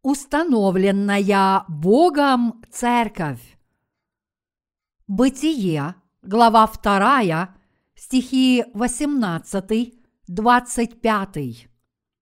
установленная Богом церковь. Бытие, глава 2, стихи 18-25.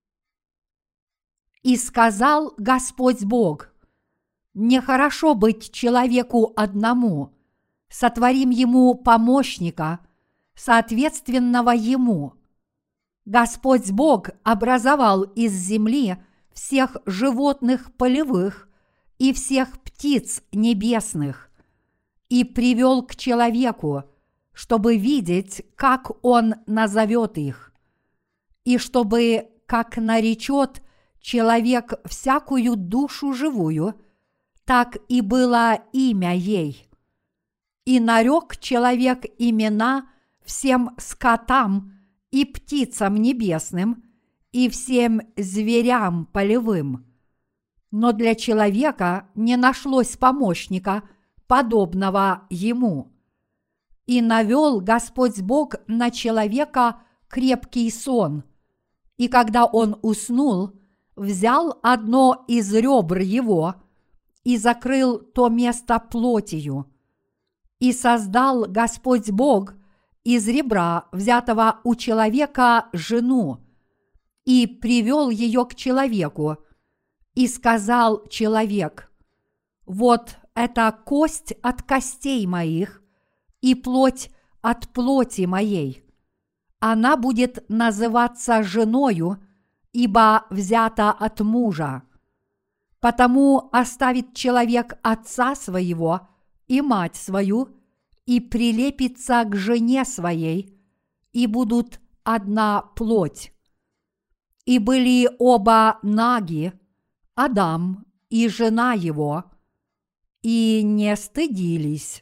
«И сказал Господь Бог: нехорошо быть человеку одному, сотворим ему помощника, соответственного ему. Господь Бог образовал из земли всех животных полевых и всех птиц небесных и привел к человеку, чтобы видеть, как он назовет их, и чтобы, как наречет человек всякую душу живую, так и было имя ей. И нарек человек имена всем скотам и птицам небесным и всем зверям полевым. Но для человека не нашлось помощника, подобного ему. И навел Господь Бог на человека крепкий сон, и когда он уснул, взял одно из ребр его и закрыл то место плотью. И создал Господь Бог из ребра, взятого у человека, жену, и привел ее к человеку, и сказал человек: вот это кость от костей моих и плоть от плоти моей. Она будет называться женою, ибо взята от мужа. Потому оставит человек отца своего и мать свою, и прилепится к жене своей, и будут одна плоть. И были оба наги, Адам и жена его, и не стыдились.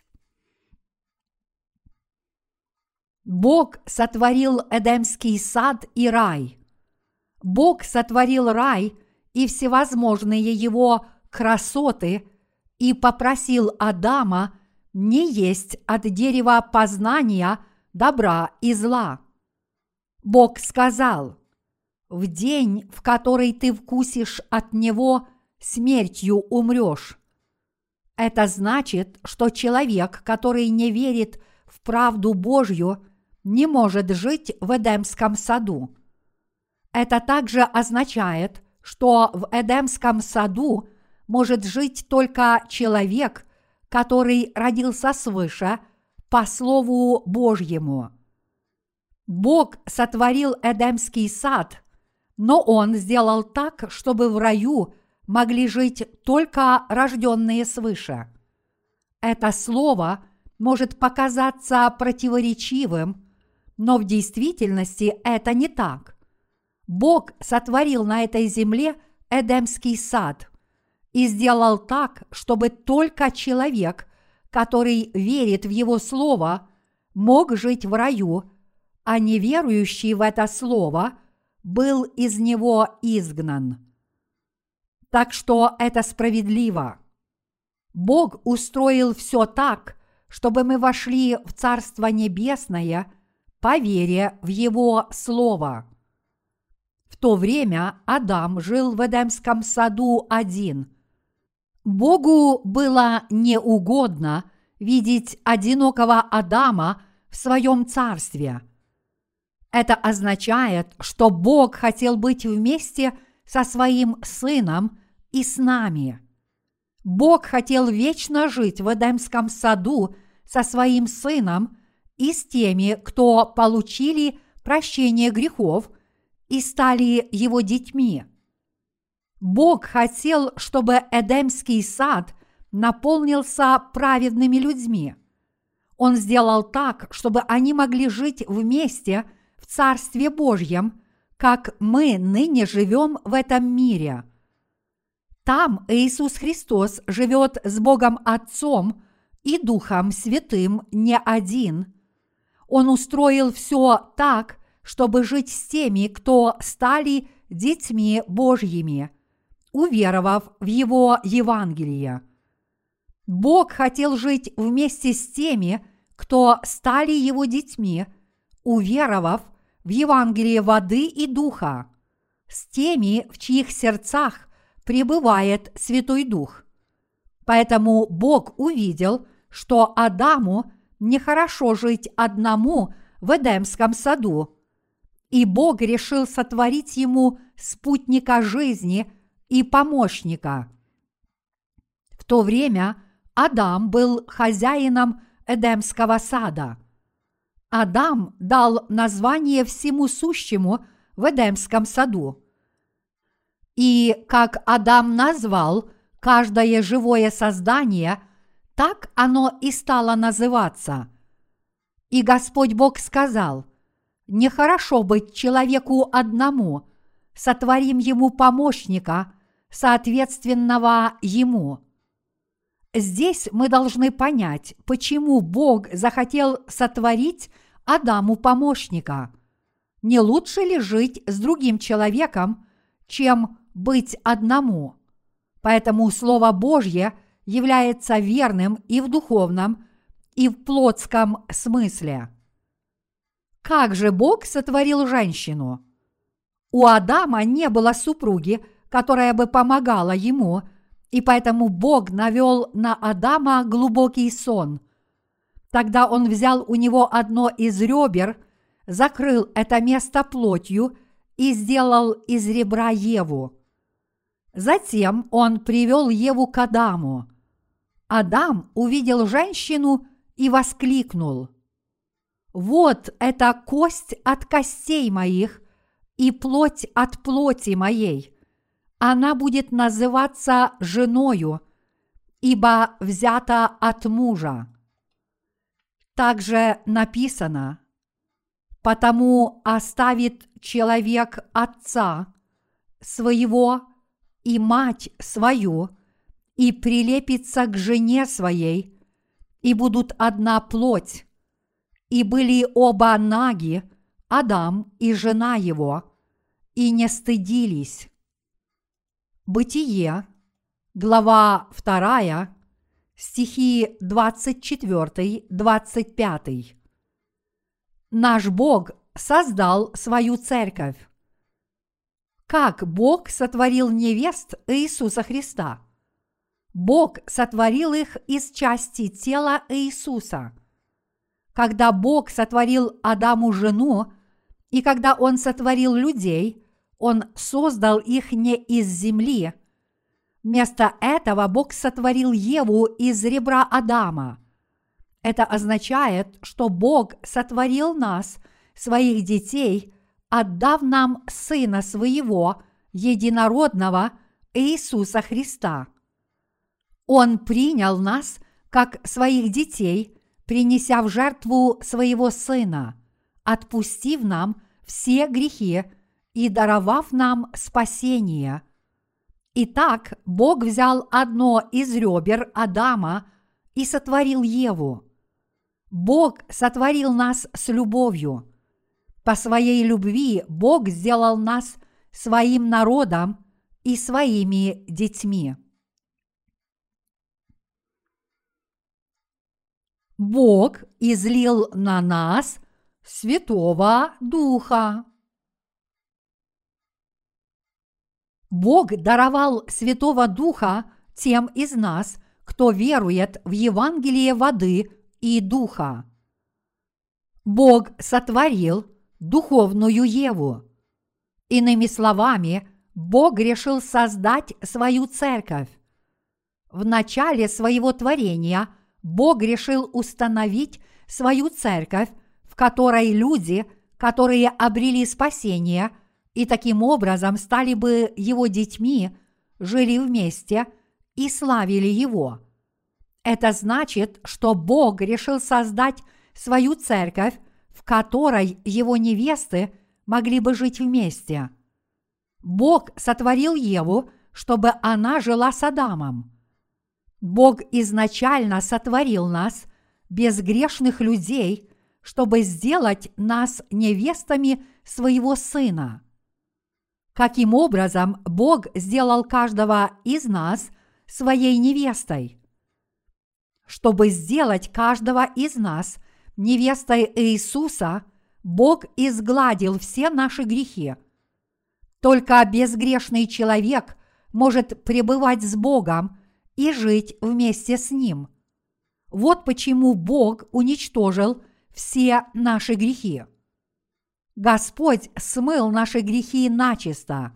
Бог сотворил Эдемский сад и рай. Бог сотворил рай и всевозможные его красоты и попросил Адама не есть от дерева познания добра и зла. Бог сказал: в день, в который ты вкусишь от него, смертью умрешь. Это значит, что человек, который не верит в правду Божью, не может жить в Эдемском саду. Это также означает, что в Эдемском саду может жить только человек, который родился свыше по Слову Божьему. Бог сотворил Эдемский сад, но Он сделал так, чтобы в раю могли жить только рожденные свыше. Это слово может показаться противоречивым, но в действительности это не так. Бог сотворил на этой земле Эдемский сад и сделал так, чтобы только человек, который верит в Его Слово, мог жить в раю, а неверующий в это Слово был из него изгнан. Так что это справедливо. Бог устроил все так, чтобы мы вошли в Царство Небесное по вере в Его Слово. В то время Адам жил в Эдемском саду один. Богу было неугодно видеть одинокого Адама в своем царстве. Это означает, что Бог хотел быть вместе со своим Сыном и с нами. Бог хотел вечно жить в Эдемском саду со своим Сыном и с теми, кто получили прощение грехов и стали Его детьми. Бог хотел, чтобы Эдемский сад наполнился праведными людьми. Он сделал так, чтобы они могли жить вместе в Царстве Божьем, как мы ныне живем в этом мире. Там Иисус Христос живет с Богом Отцом и Духом Святым не один. Он устроил все так, чтобы жить с теми, кто стали детьми Божьими, уверовав в Его Евангелие. Бог хотел жить вместе с теми, кто стали Его детьми, уверовав в Евангелие воды и духа, с теми, в чьих сердцах пребывает Святой Дух. Поэтому Бог увидел, что Адаму нехорошо жить одному в Эдемском саду, и Бог решил сотворить ему спутника жизни и помощника. В то время Адам был хозяином Эдемского сада. Адам дал название всему сущему в Эдемском саду. И как Адам назвал каждое живое создание, так оно и стало называться. И Господь Бог сказал: «Нехорошо быть человеку одному, сотворим ему помощника, соответственного ему». Здесь мы должны понять, почему Бог захотел сотворить Адаму помощника. Не лучше ли жить с другим человеком, чем быть одному? Поэтому Слово Божье является верным и в духовном, и в плотском смысле. Как же Бог сотворил женщину? У Адама не было супруги, которая бы помогала ему, и поэтому Бог навел на Адама глубокий сон. Тогда он взял у него одно из ребер, закрыл это место плотью и сделал из ребра Еву. Затем он привел Еву к Адаму. Адам увидел женщину и воскликнул: «Вот это кость от костей моих и плоть от плоти моей. Она будет называться женою, ибо взята от мужа». Также написано: «Потому оставит человек отца своего и мать свою, и прилепится к жене своей, и будут одна плоть. И были оба наги, Адам и жена его, и не стыдились». Бытие, глава 2, стихи 24-25. Наш Бог создал свою церковь. Как Бог сотворил невест Иисуса Христа? Бог сотворил их из части тела Иисуса. Когда Бог сотворил Адаму жену, и когда Он сотворил людей, Он создал их не из земли. Вместо этого Бог сотворил Еву из ребра Адама. Это означает, что Бог сотворил нас, своих детей, отдав нам Сына Своего, Единородного Иисуса Христа. Он принял нас как своих детей, принеся в жертву Своего Сына, отпустив нам все грехи и даровав нам спасение. Итак, Бог взял одно из ребер Адама и сотворил Еву. Бог сотворил нас с любовью. По своей любви Бог сделал нас своим народом и своими детьми. Бог излил на нас Святого Духа. Бог даровал Святого Духа тем из нас, кто верует в Евангелие воды и Духа. Бог сотворил духовную Еву. Иными словами, Бог решил создать свою церковь. В начале своего творения Бог решил установить свою церковь, в которой люди, которые обрели спасение и таким образом стали бы Его детьми, жили вместе и славили Его. Это значит, что Бог решил создать свою церковь, в которой Его невесты могли бы жить вместе. Бог сотворил Еву, чтобы она жила с Адамом. Бог изначально сотворил нас, безгрешных людей, чтобы сделать нас невестами своего Сына. Каким образом Бог сделал каждого из нас своей невестой? Чтобы сделать каждого из нас невестой Иисуса, Бог изгладил все наши грехи. Только безгрешный человек может пребывать с Богом и жить вместе с Ним. Вот почему Бог уничтожил все наши грехи. Господь смыл наши грехи начисто.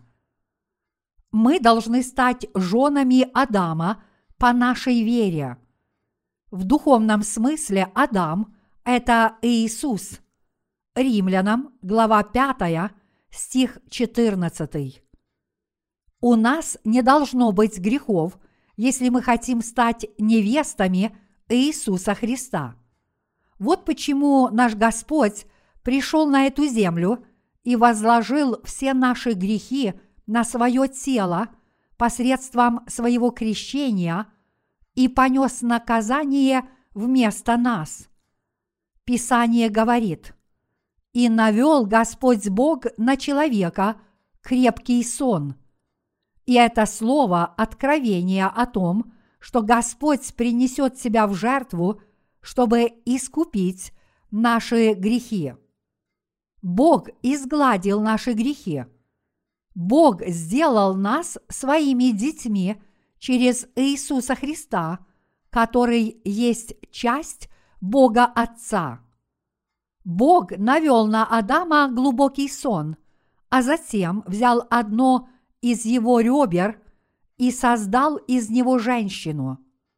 Мы должны стать женами Адама по нашей вере. В духовном смысле Адам – это Иисус. Римлянам, глава 5, стих 14. У нас не должно быть грехов, если мы хотим стать невестами Иисуса Христа. Вот почему наш Господь пришел на эту землю и возложил все наши грехи на свое тело посредством своего крещения и понес наказание вместо нас. Писание говорит: «И навел Господь Бог на человека крепкий сон». И это слово откровение о том, что Господь принесет себя в жертву, чтобы искупить наши грехи. Бог изгладил наши грехи. Бог сделал нас своими детьми через Иисуса Христа, который есть часть Бога Отца. Бог навел на Адама глубокий сон, а затем взял одно из его ребер и создал из него женщину.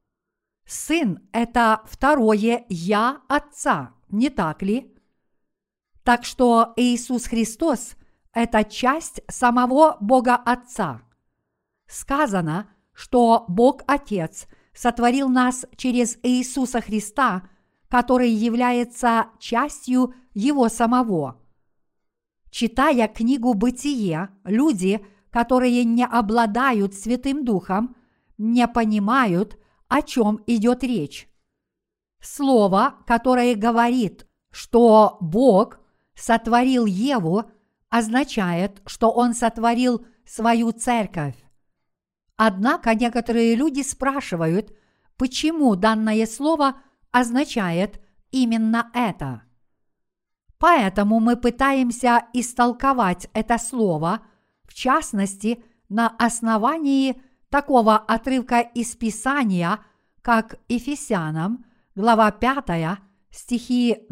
Сын – это второе «я» Отца, не так ли? Так что Иисус Христос – это часть самого Бога Отца. Сказано, что Бог Отец сотворил нас через Иисуса Христа, который является частью Его самого. Читая книгу «Бытие», люди, которые не обладают Святым Духом, не понимают, о чем идет речь. Слово, которое говорит, что Бог сотворил Еву, означает, что Он сотворил свою церковь. Однако некоторые люди спрашивают, почему данное слово означает именно это. Поэтому мы пытаемся истолковать это слово, в частности, на основании такого отрывка из Писания, как Ефесянам, глава 5, стихи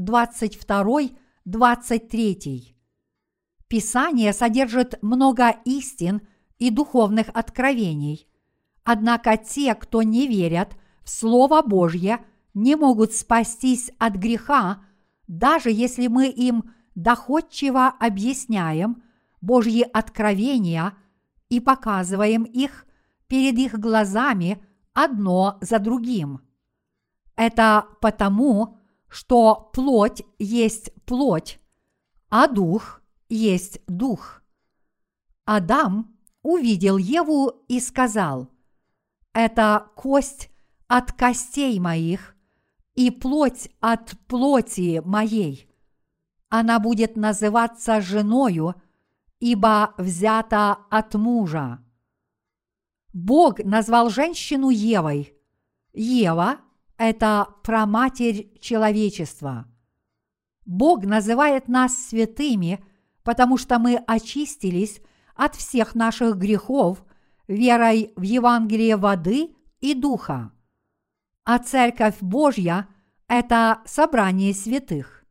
22-23. Писание содержит много истин и духовных откровений, однако те, кто не верят в Слово Божье, не могут спастись от греха, даже если мы им доходчиво объясняем Божьи откровения и показываем их перед их глазами одно за другим. Это потому, что плоть есть плоть, а дух есть дух. Адам увидел Еву и сказал: «Это кость от костей моих и плоть от плоти моей. Она будет называться женою, ибо взята от мужа». Бог назвал женщину Евой. Ева – это праматерь человечества. Бог называет нас святыми, потому что мы очистились от всех наших грехов верой в Евангелие воды и духа. А Церковь Божья – это собрание святых.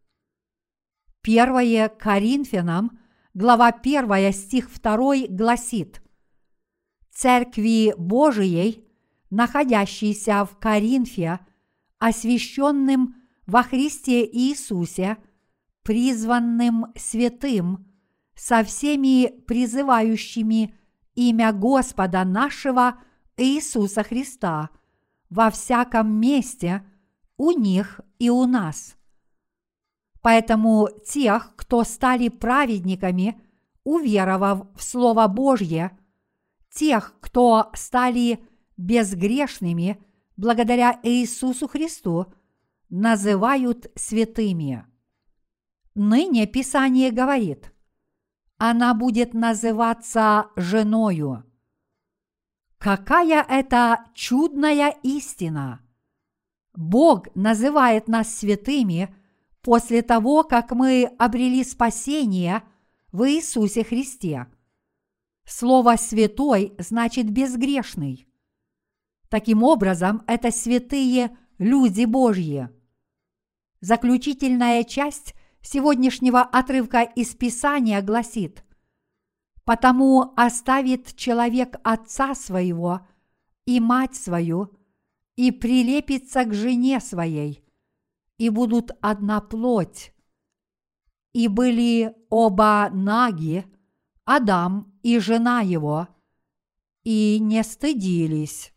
1 Коринфянам, глава 1, стих 2 гласит: «Церкви Божией, находящейся в Коринфе, освященным во Христе Иисусе, призванным святым, со всеми призывающими имя Господа нашего Иисуса Христа, во всяком месте, у них и у нас». Поэтому тех, кто стали праведниками, уверовав в Слово Божье, тех, кто стали безгрешными благодаря Иисусу Христу, называют святыми. Ныне Писание говорит: «Она будет называться женою». Какая это чудная истина! Бог называет нас святыми после того, как мы обрели спасение в Иисусе Христе. Слово «святой» значит «безгрешный». Таким образом, это святые люди Божьи. Заключительная часть сегодняшнего отрывка из Писания гласит: «Потому оставит человек отца своего и мать свою, и прилепится к жене своей, и будут одна плоть. И были оба наги, Адам и жена его, и не стыдились».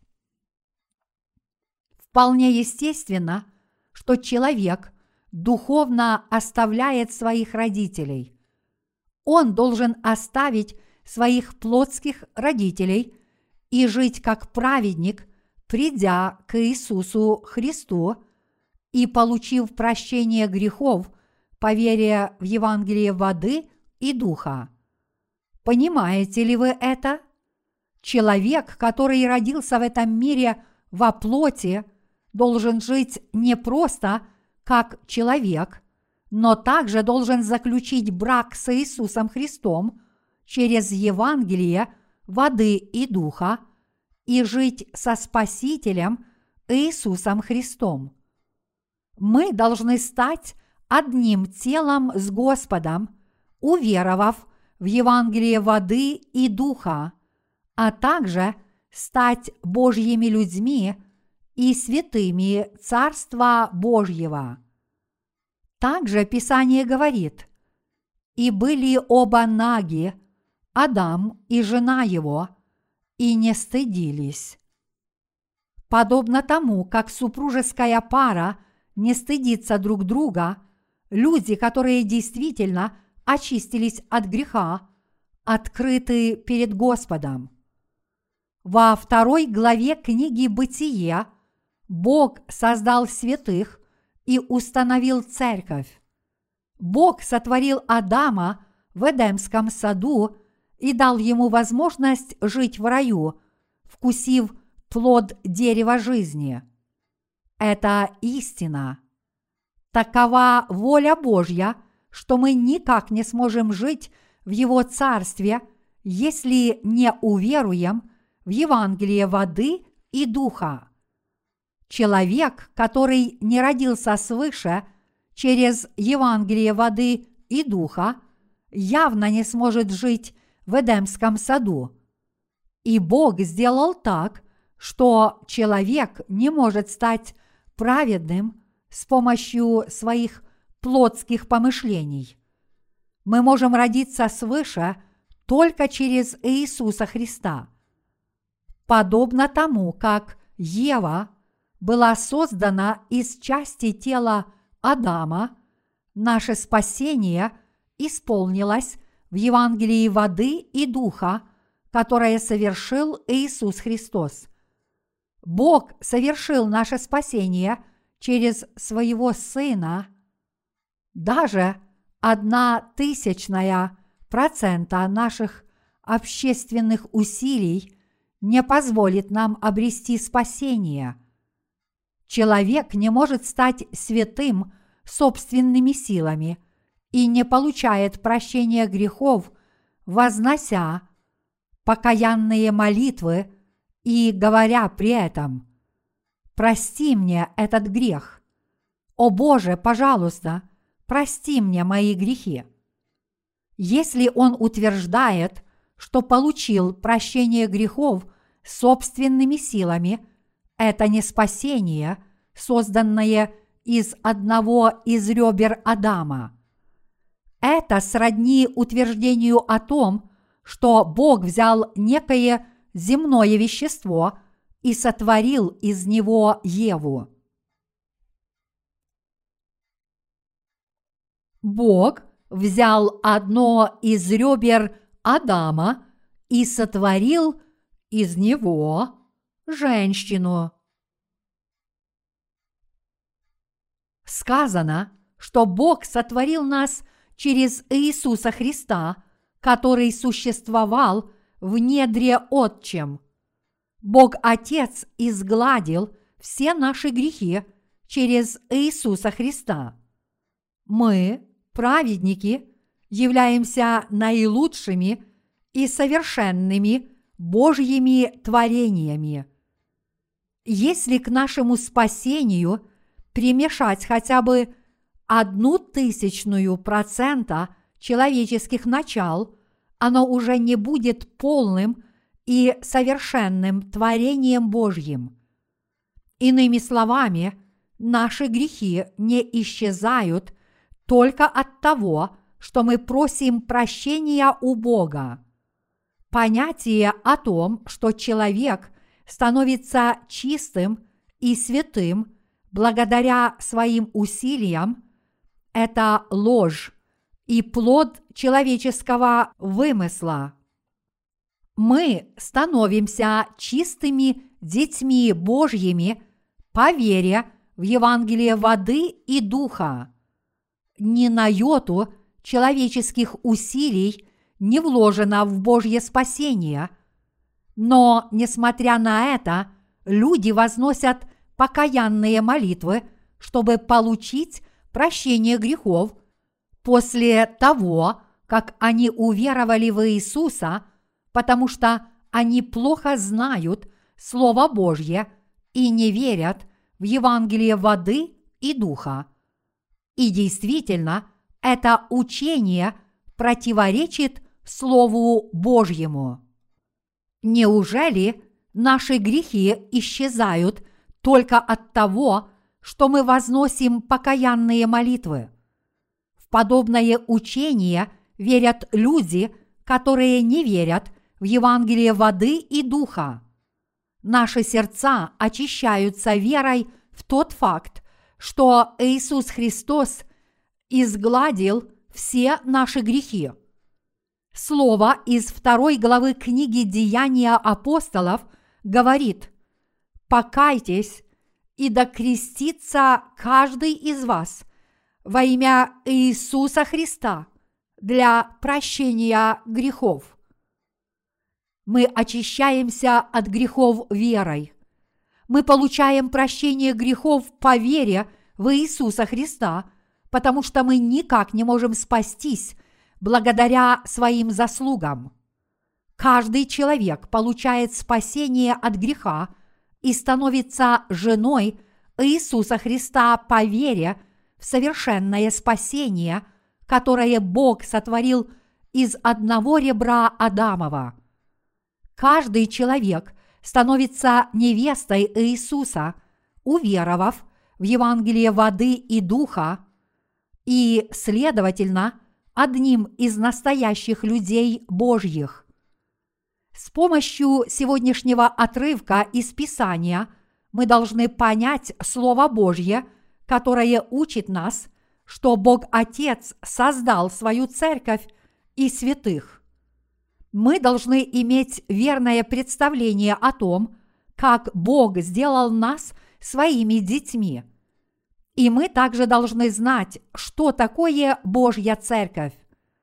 Вполне естественно, что человек духовно оставляет своих родителей. Он должен оставить своих плотских родителей и жить как праведник, придя к Иисусу Христу и получив прощение грехов по вере в Евангелие воды и духа. Понимаете ли вы это? Человек, который родился в этом мире во плоти, должен жить не просто как человек, но также должен заключить брак с Иисусом Христом через Евангелие воды и духа и жить со Спасителем Иисусом Христом. Мы должны стать одним телом с Господом, уверовав в Евангелие воды и духа, а также стать Божьими людьми и святыми Царства Божьего. Также Писание говорит: «И были оба наги, Адам и жена его, и не стыдились». Подобно тому, как супружеская пара не стыдится друг друга, люди, которые действительно очистились от греха, открыты перед Господом. Во 2 главе книги «Бытие» Бог создал святых и установил церковь. Бог сотворил Адама в Эдемском саду и дал ему возможность жить в раю, вкусив плод дерева жизни. Это истина. Такова воля Божья, что мы никак не сможем жить в Его Царстве, если не уверуем в Евангелие воды и духа. Человек, который не родился свыше через Евангелие воды и духа, явно не сможет жить в Эдемском саду. И Бог сделал так, что человек не может стать праведным с помощью своих плотских помышлений. Мы можем родиться свыше только через Иисуса Христа. Подобно тому, как Ева была создана из части тела Адама, наше спасение исполнилось в Евангелии воды и духа, которое совершил Иисус Христос. Бог совершил наше спасение через Своего Сына. Даже 0,01% наших общественных усилий не позволит нам обрести спасение. Человек не может стать святым собственными силами и не получает прощения грехов, вознося покаянные молитвы и говоря при этом: «Прости мне этот грех! О Боже, пожалуйста, прости мне мои грехи!» Если он утверждает, что получил прощение грехов собственными силами, это не спасение, созданное из одного из ребер Адама. Это сродни утверждению о том, что Бог взял некое земное вещество и сотворил из него Еву. Бог взял одно из ребер Адама и сотворил из него женщину. Сказано, что Бог сотворил нас через Иисуса Христа, который существовал в недре Отчем. Бог Отец изгладил все наши грехи через Иисуса Христа. Мы, праведники, являемся наилучшими и совершенными Божьими творениями. Если к нашему спасению примешать хотя бы 0,01% человеческих начал, оно уже не будет полным и совершенным творением Божьим. Иными словами, наши грехи не исчезают только от того, что мы просим прощения у Бога. Понятие о том, что человек становится чистым и святым благодаря своим усилиям, это ложь и плод человеческого вымысла. Мы становимся чистыми детьми Божьими по вере в Евангелие воды и духа. Ни на йоту человеческих усилий не вложено в Божье спасение, но, несмотря на это, люди возносят покаянные молитвы, чтобы получить прощение грехов после того, как они уверовали в Иисуса, потому что они плохо знают Слово Божье и не верят в Евангелие воды и духа. И действительно, это учение противоречит Слову Божьему. Неужели наши грехи исчезают только от того, что мы возносим покаянные молитвы? В подобное учение верят люди, которые не верят в Евангелие воды и духа. Наши сердца очищаются верой в тот факт, что Иисус Христос изгладил все наши грехи. Слово из 2 главы книги «Деяния апостолов» говорит: «Покайтесь, и да крестится каждый из вас во имя Иисуса Христа для прощения грехов». Мы очищаемся от грехов верой. Мы получаем прощение грехов по вере в Иисуса Христа, потому что мы никак не можем спастись благодаря своим заслугам. Каждый человек получает спасение от греха и становится женой Иисуса Христа по вере в совершенное спасение, которое Бог сотворил из одного ребра Адамова. Каждый человек становится невестой Иисуса, уверовав в Евангелие воды и духа, и, следовательно, одним из настоящих людей Божьих. С помощью сегодняшнего отрывка из Писания мы должны понять Слово Божье, которое учит нас, что Бог Отец создал свою церковь и святых. Мы должны иметь верное представление о том, как Бог сделал нас своими детьми. И мы также должны знать, что такое Божья церковь.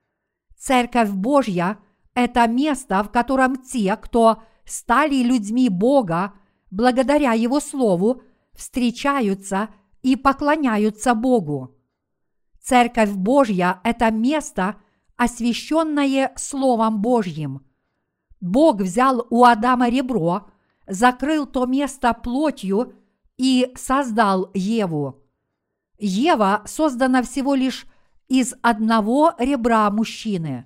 Церковь Божья – это место, в котором те, кто стали людьми Бога, благодаря Его Слову, встречаются и поклоняются Богу. Церковь Божья – это место, освященное Словом Божьим. Бог взял у Адама ребро, закрыл то место плотью и создал Еву. Ева создана всего лишь из одного ребра мужчины.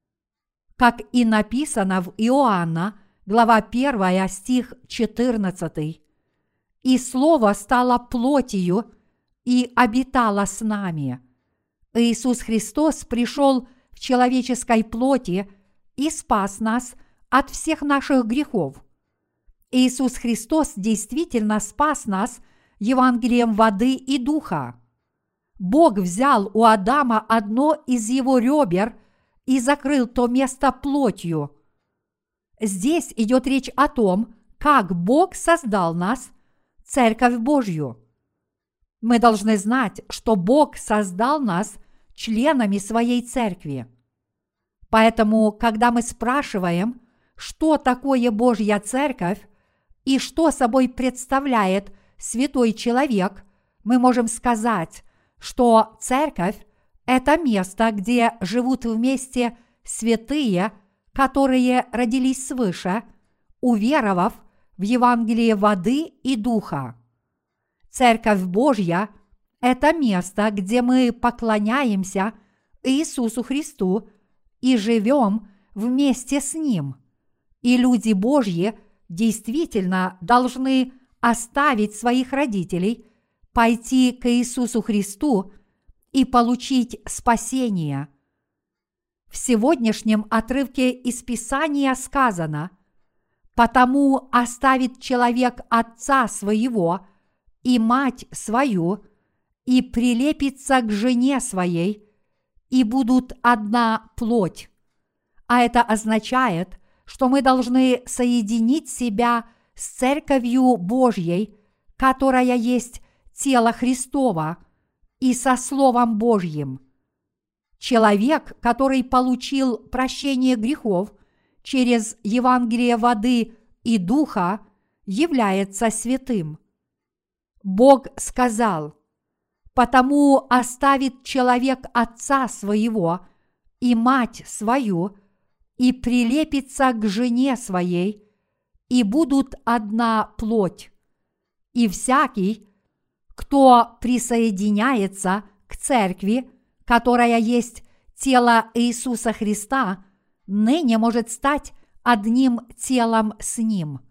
Как и написано в Иоанна, глава 1, стих 14. «И Слово стало плотью и обитало с нами». Иисус Христос пришел в человеческой плоти и спас нас от всех наших грехов. Иисус Христос действительно спас нас Евангелием воды и духа. Бог взял у Адама одно из его ребер и закрыл то место плотью. Здесь идет речь о том, как Бог создал нас, Церковь Божью. Мы должны знать, что Бог создал нас членами своей церкви. Поэтому, когда мы спрашиваем, что такое Божья церковь и что собой представляет святой человек, мы можем сказать, что церковь – это место, где живут вместе святые, которые родились свыше, уверовав в Евангелие воды и духа. Церковь Божья – это место, где мы поклоняемся Иисусу Христу и живем вместе с Ним. И люди Божьи действительно должны оставить своих родителей, пойти к Иисусу Христу и получить спасение. В сегодняшнем отрывке из Писания сказано: «Потому оставит человек отца своего и мать свою, и прилепится к жене своей, и будут одна плоть». А это означает, что мы должны соединить себя с Церковью Божьей, которая есть тело Христово, и со Словом Божьим. Человек, который получил прощение грехов через Евангелие воды и духа, является святым. Бог сказал: «Потому оставит человек отца своего и мать свою, и прилепится к жене своей, и будут одна плоть». И всякий, кто присоединяется к церкви, которая есть тело Иисуса Христа, ныне может стать одним телом с Ним.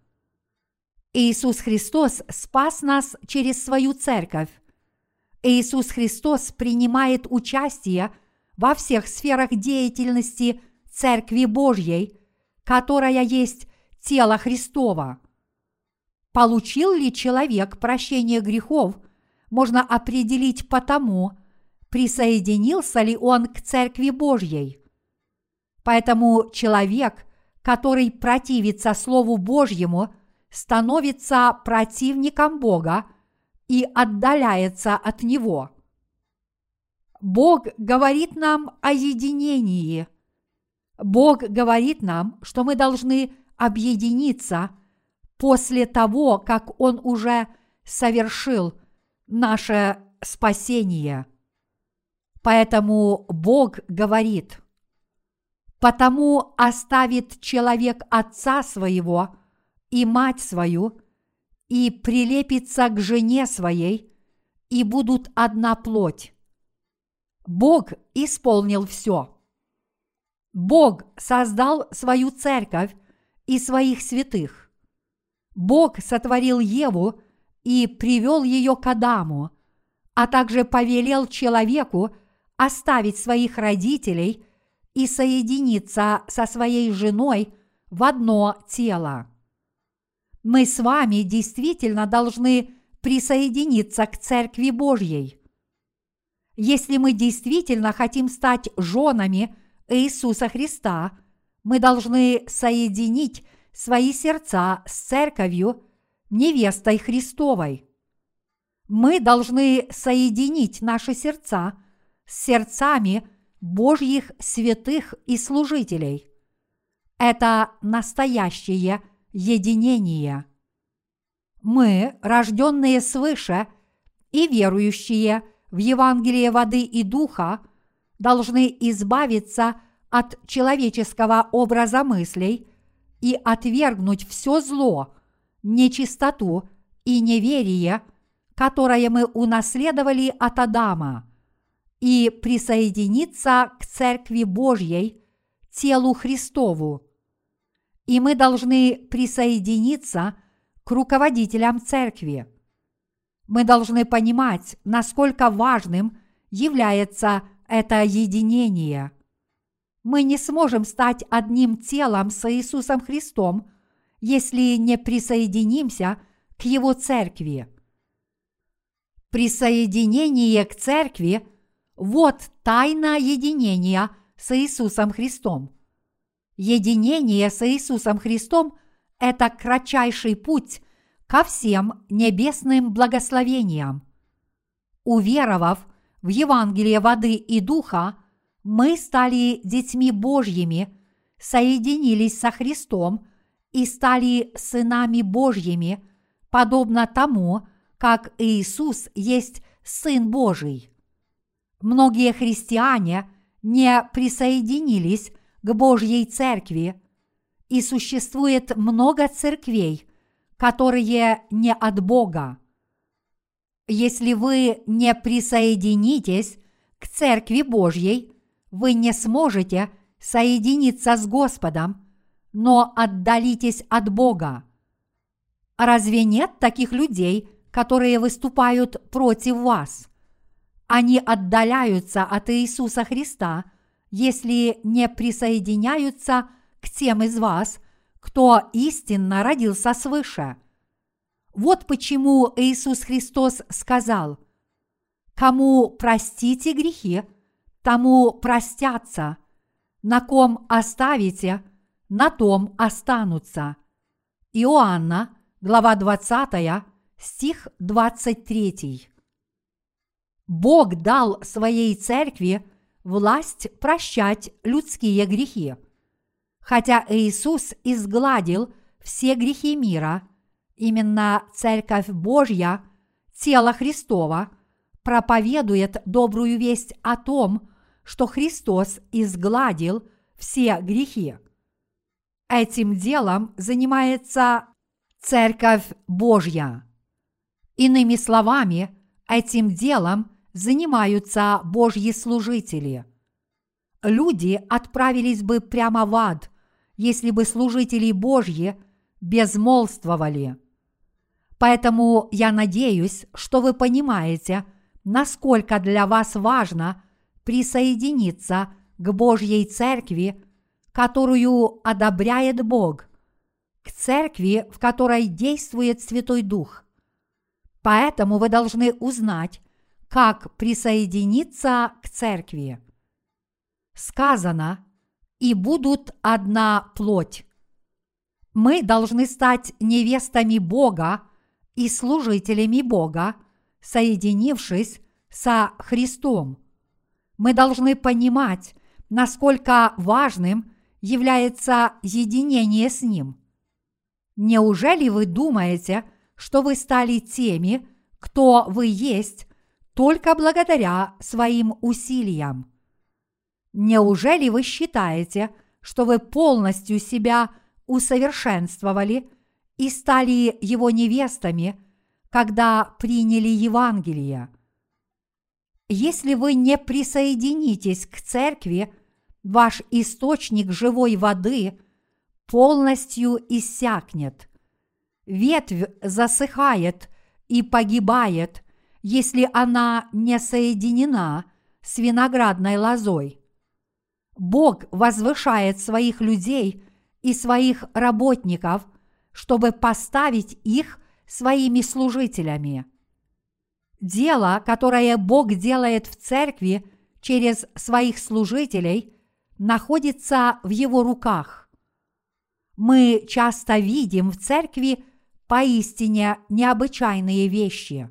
Иисус Христос спас нас через свою церковь. Иисус Христос принимает участие во всех сферах деятельности Церкви Божьей, которая есть тело Христово. Получил ли человек прощение грехов, можно определить по тому, присоединился ли он к Церкви Божьей. Поэтому человек, который противится Слову Божьему, становится противником Бога и отдаляется от Него. Бог говорит нам о единении. Бог говорит нам, что мы должны объединиться после того, как Он уже совершил наше спасение. Поэтому Бог говорит: «Потому оставит человек отца своего и мать свою, и прилепится к жене своей, и будут одна плоть». Бог исполнил все. Бог создал свою церковь и своих святых. Бог сотворил Еву и привел ее к Адаму, а также повелел человеку оставить своих родителей и соединиться со своей женой в одно тело. Мы с вами действительно должны присоединиться к Церкви Божьей. Если мы действительно хотим стать женами Иисуса Христа, мы должны соединить свои сердца с Церковью, невестой Христовой. Мы должны соединить наши сердца с сердцами Божьих святых и служителей. Это настоящее единение. Мы, рожденные свыше и верующие в Евангелие воды и духа, должны избавиться от человеческого образа мыслей и отвергнуть все зло, нечистоту и неверие, которое мы унаследовали от Адама, и присоединиться к Церкви Божьей, телу Христову. И мы должны присоединиться к руководителям Церкви. Мы должны понимать, насколько важным является это единение. Мы не сможем стать одним телом с Иисусом Христом, если не присоединимся к Его Церкви. Присоединение к Церкви – вот тайна единения с Иисусом Христом. Единение с Иисусом Христом – это кратчайший путь ко всем небесным благословениям. Уверовав в Евангелие воды и духа, мы стали детьми Божьими, соединились со Христом и стали сынами Божьими, подобно тому, как Иисус есть Сын Божий. Многие христиане не присоединились к Божьей церкви, и существует много церквей, которые не от Бога. Если вы не присоединитесь к Церкви Божьей, вы не сможете соединиться с Господом, но отдалитесь от Бога. Разве нет таких людей, которые выступают против вас? Они отдаляются от Иисуса Христа, если не присоединяются к тем из вас, кто истинно родился свыше. Вот почему Иисус Христос сказал: «Кому простите грехи, тому простятся, на ком оставите, на том останутся». Иоанна, глава 20, стих 23. Бог дал своей церкви власть прощать людские грехи. Хотя Иисус изгладил все грехи мира, именно Церковь Божья, тело Христово, проповедует добрую весть о том, что Христос изгладил все грехи. Этим делом занимается Церковь Божья. Иными словами, этим делом занимаются Божьи служители. Люди отправились бы прямо в ад, если бы служители Божьи безмолвствовали. Поэтому я надеюсь, что вы понимаете, насколько для вас важно присоединиться к Божьей Церкви, которую одобряет Бог, к Церкви, в которой действует Святой Дух. Поэтому вы должны узнать, как присоединиться к Церкви. Сказано: «И будут одна плоть». Мы должны стать невестами Бога и служителями Бога, соединившись со Христом. Мы должны понимать, насколько важным является единение с Ним. Неужели вы думаете, что вы стали теми, кто вы есть, только благодаря своим усилиям? Неужели вы считаете, что вы полностью себя усовершенствовали и стали Его невестами, когда приняли Евангелие? Если вы не присоединитесь к церкви, ваш источник живой воды полностью иссякнет. Ветвь засыхает и погибает, если она не соединена с виноградной лозой. Бог возвышает своих людей и своих работников, чтобы поставить их своими служителями. Дело, которое Бог делает в церкви через своих служителей, находится в Его руках. Мы часто видим в церкви поистине необычайные вещи.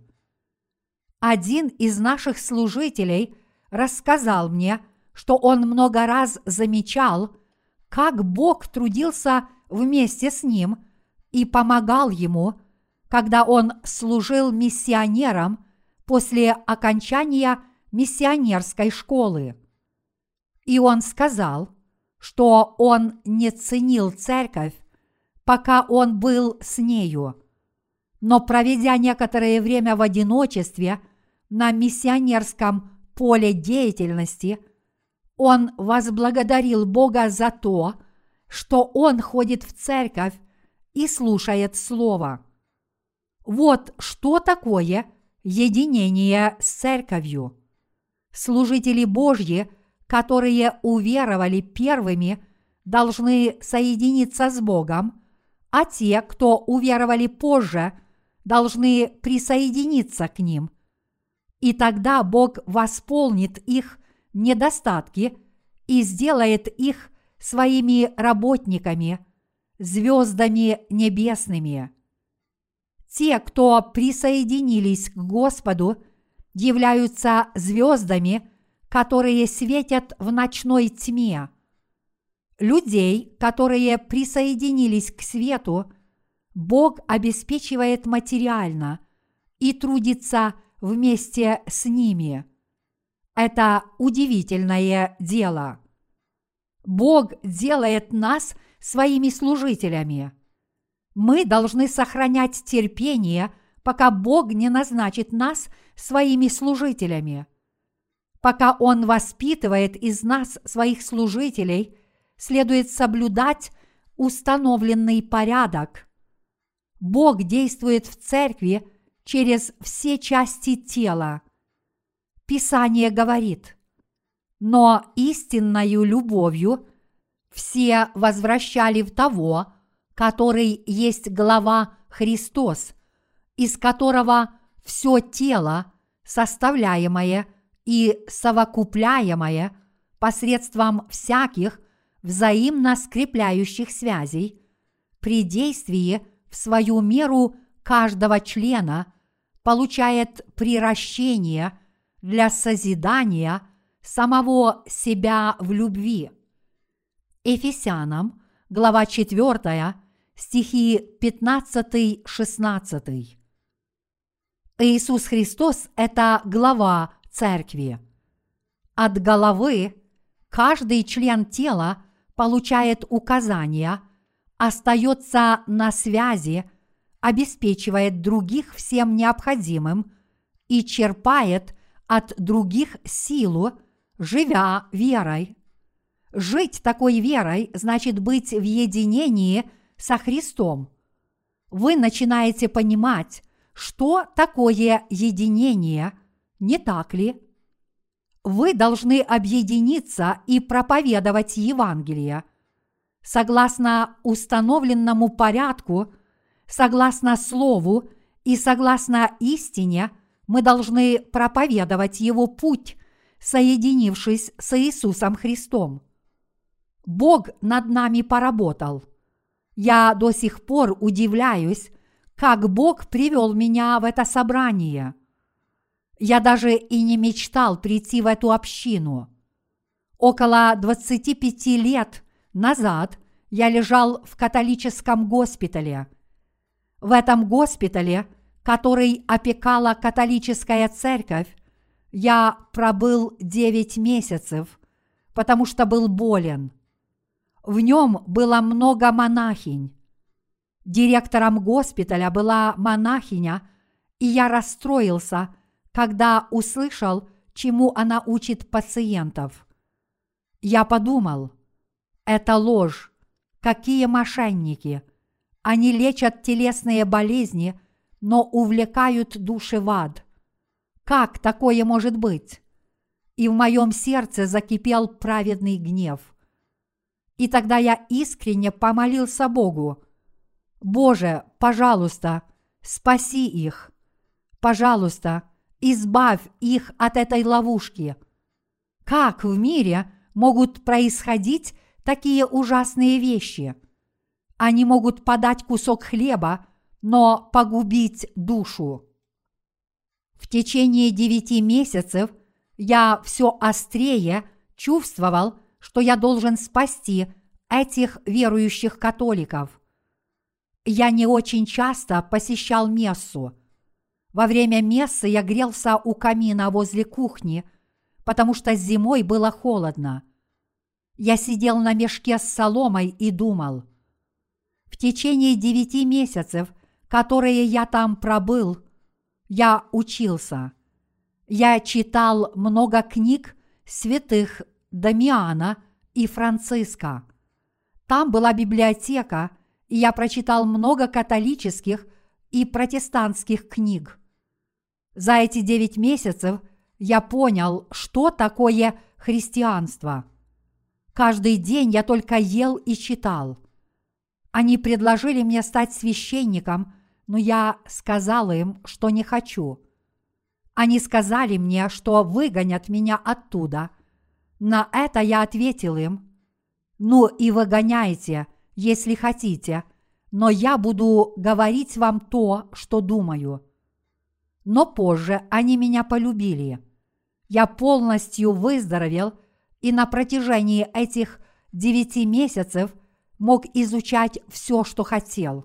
Один из наших служителей рассказал мне, что он много раз замечал, как Бог трудился вместе с ним и помогал ему, когда он служил миссионером после окончания миссионерской школы. И он сказал, что он не ценил церковь, пока он был с нею. Но проведя некоторое время в одиночестве на миссионерском поле деятельности, он возблагодарил Бога за то, что он ходит в церковь и слушает Слово. Вот что такое единение с церковью. Служители Божьи, которые уверовали первыми, должны соединиться с Богом, а те, кто уверовали позже, должны присоединиться к ним. И тогда Бог восполнит их недостатки и сделает их своими работниками, звездами небесными. Те, кто присоединились к Господу, являются звездами, которые светят в ночной тьме. Людей, которые присоединились к свету, Бог обеспечивает материально и трудится вместе с ними. Это удивительное дело. Бог делает нас своими служителями. Мы должны сохранять терпение, пока Бог не назначит нас своими служителями. Пока Он воспитывает из нас своих служителей, следует соблюдать установленный порядок. Бог действует в церкви через все части тела. Писание говорит: «Но истинною любовью все возвращали в того, который есть глава Христос, из которого все тело, составляемое и совокупляемое посредством всяких взаимно скрепляющих связей, при действии в свою меру каждого члена получает приращение для созидания самого себя в любви». Ефесянам, глава 4, стихи 15-16. Иисус Христос – это глава церкви. От головы каждый член тела получает указания, остается на связи, обеспечивает других всем необходимым и черпает от других силу, живя верой. Жить такой верой значит быть в единении со Христом. Вы начинаете понимать, что такое единение, не так ли? Вы должны объединиться и проповедовать Евангелие. Согласно установленному порядку, согласно Слову и согласно истине, мы должны проповедовать Его путь, соединившись с Иисусом Христом. Бог над нами поработал. Я до сих пор удивляюсь, как Бог привел меня в это собрание. Я даже и не мечтал прийти в эту общину. Около 25 лет назад я лежал в католическом госпитале. В этом госпитале, который опекала католическая церковь, я пробыл 9 месяцев, потому что был болен. В нем было много монахинь. Директором госпиталя была монахиня, и я расстроился, когда услышал, чему она учит пациентов. Я подумал: это ложь, какие мошенники! Они лечат телесные болезни, но увлекают души в ад. Как такое может быть? И в моем сердце закипел праведный гнев. И тогда я искренне помолился Богу: «Боже, пожалуйста, спаси их! Пожалуйста, избавь их от этой ловушки!» Как в мире могут происходить такие ужасные вещи? Они могут подать кусок хлеба, но погубить душу. В течение 9 месяцев я все острее чувствовал, что я должен спасти этих верующих католиков. Я не очень часто посещал мессу. Во время мессы я грелся у камина возле кухни, потому что зимой было холодно. Я сидел на мешке с соломой и думал: в течение 9 месяцев, которые я там пробыл, я учился. Я читал много книг святых Дамиана и Франциска. Там была библиотека, и я прочитал много католических и протестантских книг. За эти 9 месяцев я понял, что такое христианство. Каждый день я только ел и читал. Они предложили мне стать священником, но я сказал им, что не хочу. Они сказали мне, что выгонят меня оттуда. На это я ответил им: «Ну и выгоняйте, если хотите, но я буду говорить вам то, что думаю». Но позже они меня полюбили. Я полностью выздоровел и на протяжении этих 9 месяцев мог изучать все, что хотел.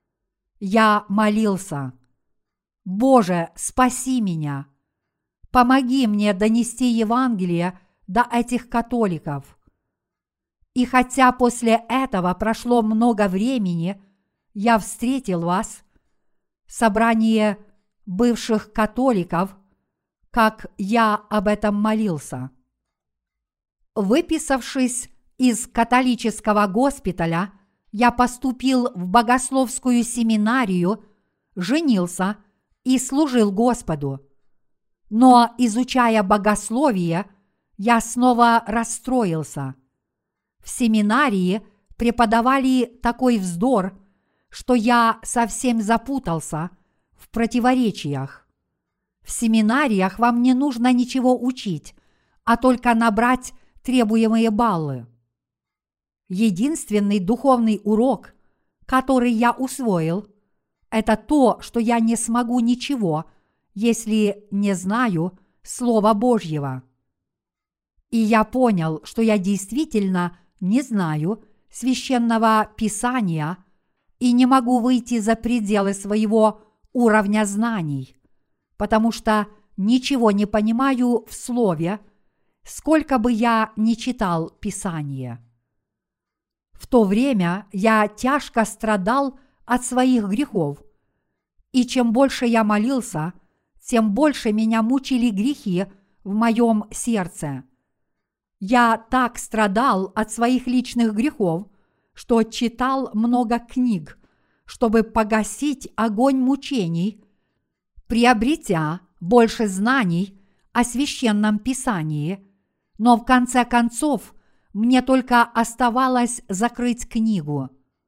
Я молился: «Боже, спаси меня! Помоги мне донести Евангелие до этих католиков». И хотя после этого прошло много времени, я встретил вас, собрание бывших католиков, как я об этом молился. Выписавшись из католического госпиталя, я поступил в богословскую семинарию, женился и служил Господу. Но, изучая богословие, я снова расстроился. В семинарии преподавали такой вздор, что я совсем запутался в противоречиях. В семинариях вам не нужно ничего учить, а только набрать требуемые баллы. Единственный духовный урок, который я усвоил, это то, что я не смогу ничего, если не знаю Слова Божьего. И я понял, что я действительно не знаю священного Писания и не могу выйти за пределы своего уровня знаний, потому что ничего не понимаю в Слове, сколько бы я ни читал Писание. В то время я тяжко страдал от своих грехов, и чем больше я молился, тем больше меня мучили грехи в моем сердце. Я так страдал от своих личных грехов, что читал много книг, чтобы погасить огонь мучений, приобретя больше знаний о священном Писании, но в конце концов мне только оставалось закрыть книгу.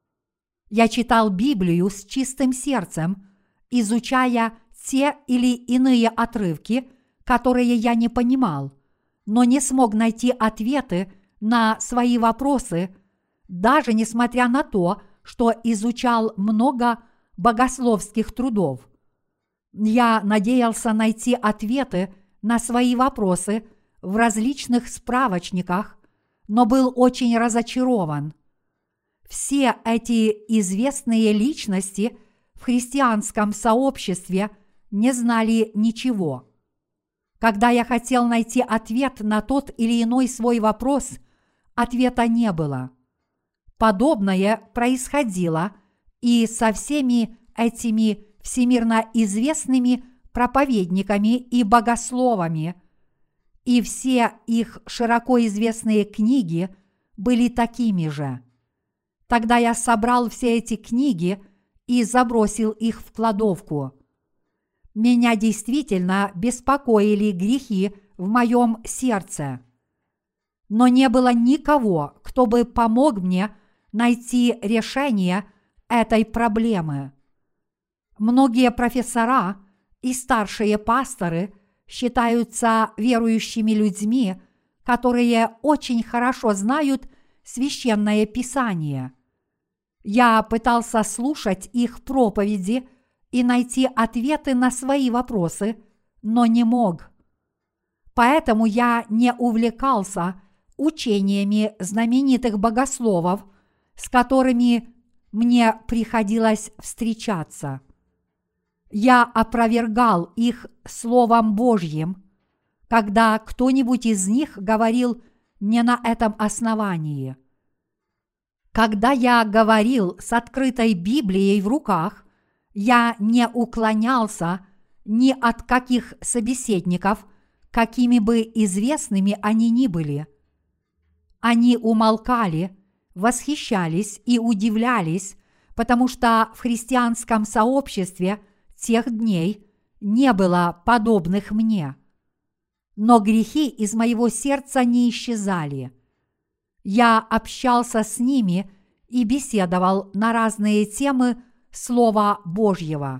Я читал Библию с чистым сердцем, изучая те или иные отрывки, которые я не понимал, но не смог найти ответы на свои вопросы, даже несмотря на то, что изучал много богословских трудов. Я надеялся найти ответы на свои вопросы в различных справочниках, но был очень разочарован. Все эти известные личности в христианском сообществе не знали ничего. Когда я хотел найти ответ на тот или иной свой вопрос, ответа не было. Подобное происходило и со всеми этими всемирно известными проповедниками и богословами, и все их широко известные книги были такими же. Тогда я собрал все эти книги и забросил их в кладовку. Меня действительно беспокоили грехи в моем сердце. Но не было никого, кто бы помог мне найти решение этой проблемы. Многие профессора и старшие пасторы считаются верующими людьми, которые очень хорошо знают священное Писание. Я пытался слушать их проповеди и найти ответы на свои вопросы, но не мог. Поэтому я не увлекался учениями знаменитых богословов, с которыми мне приходилось встречаться. Я опровергал их Словом Божьим, когда кто-нибудь из них говорил не на этом основании. Когда я говорил с открытой Библией в руках, я не уклонялся ни от каких собеседников, какими бы известными они ни были. Они умолкали, восхищались и удивлялись, потому что в христианском сообществе тех дней не было подобных мне. Но грехи из моего сердца не исчезали. Я общался с ними и беседовал на разные темы Слова Божьего.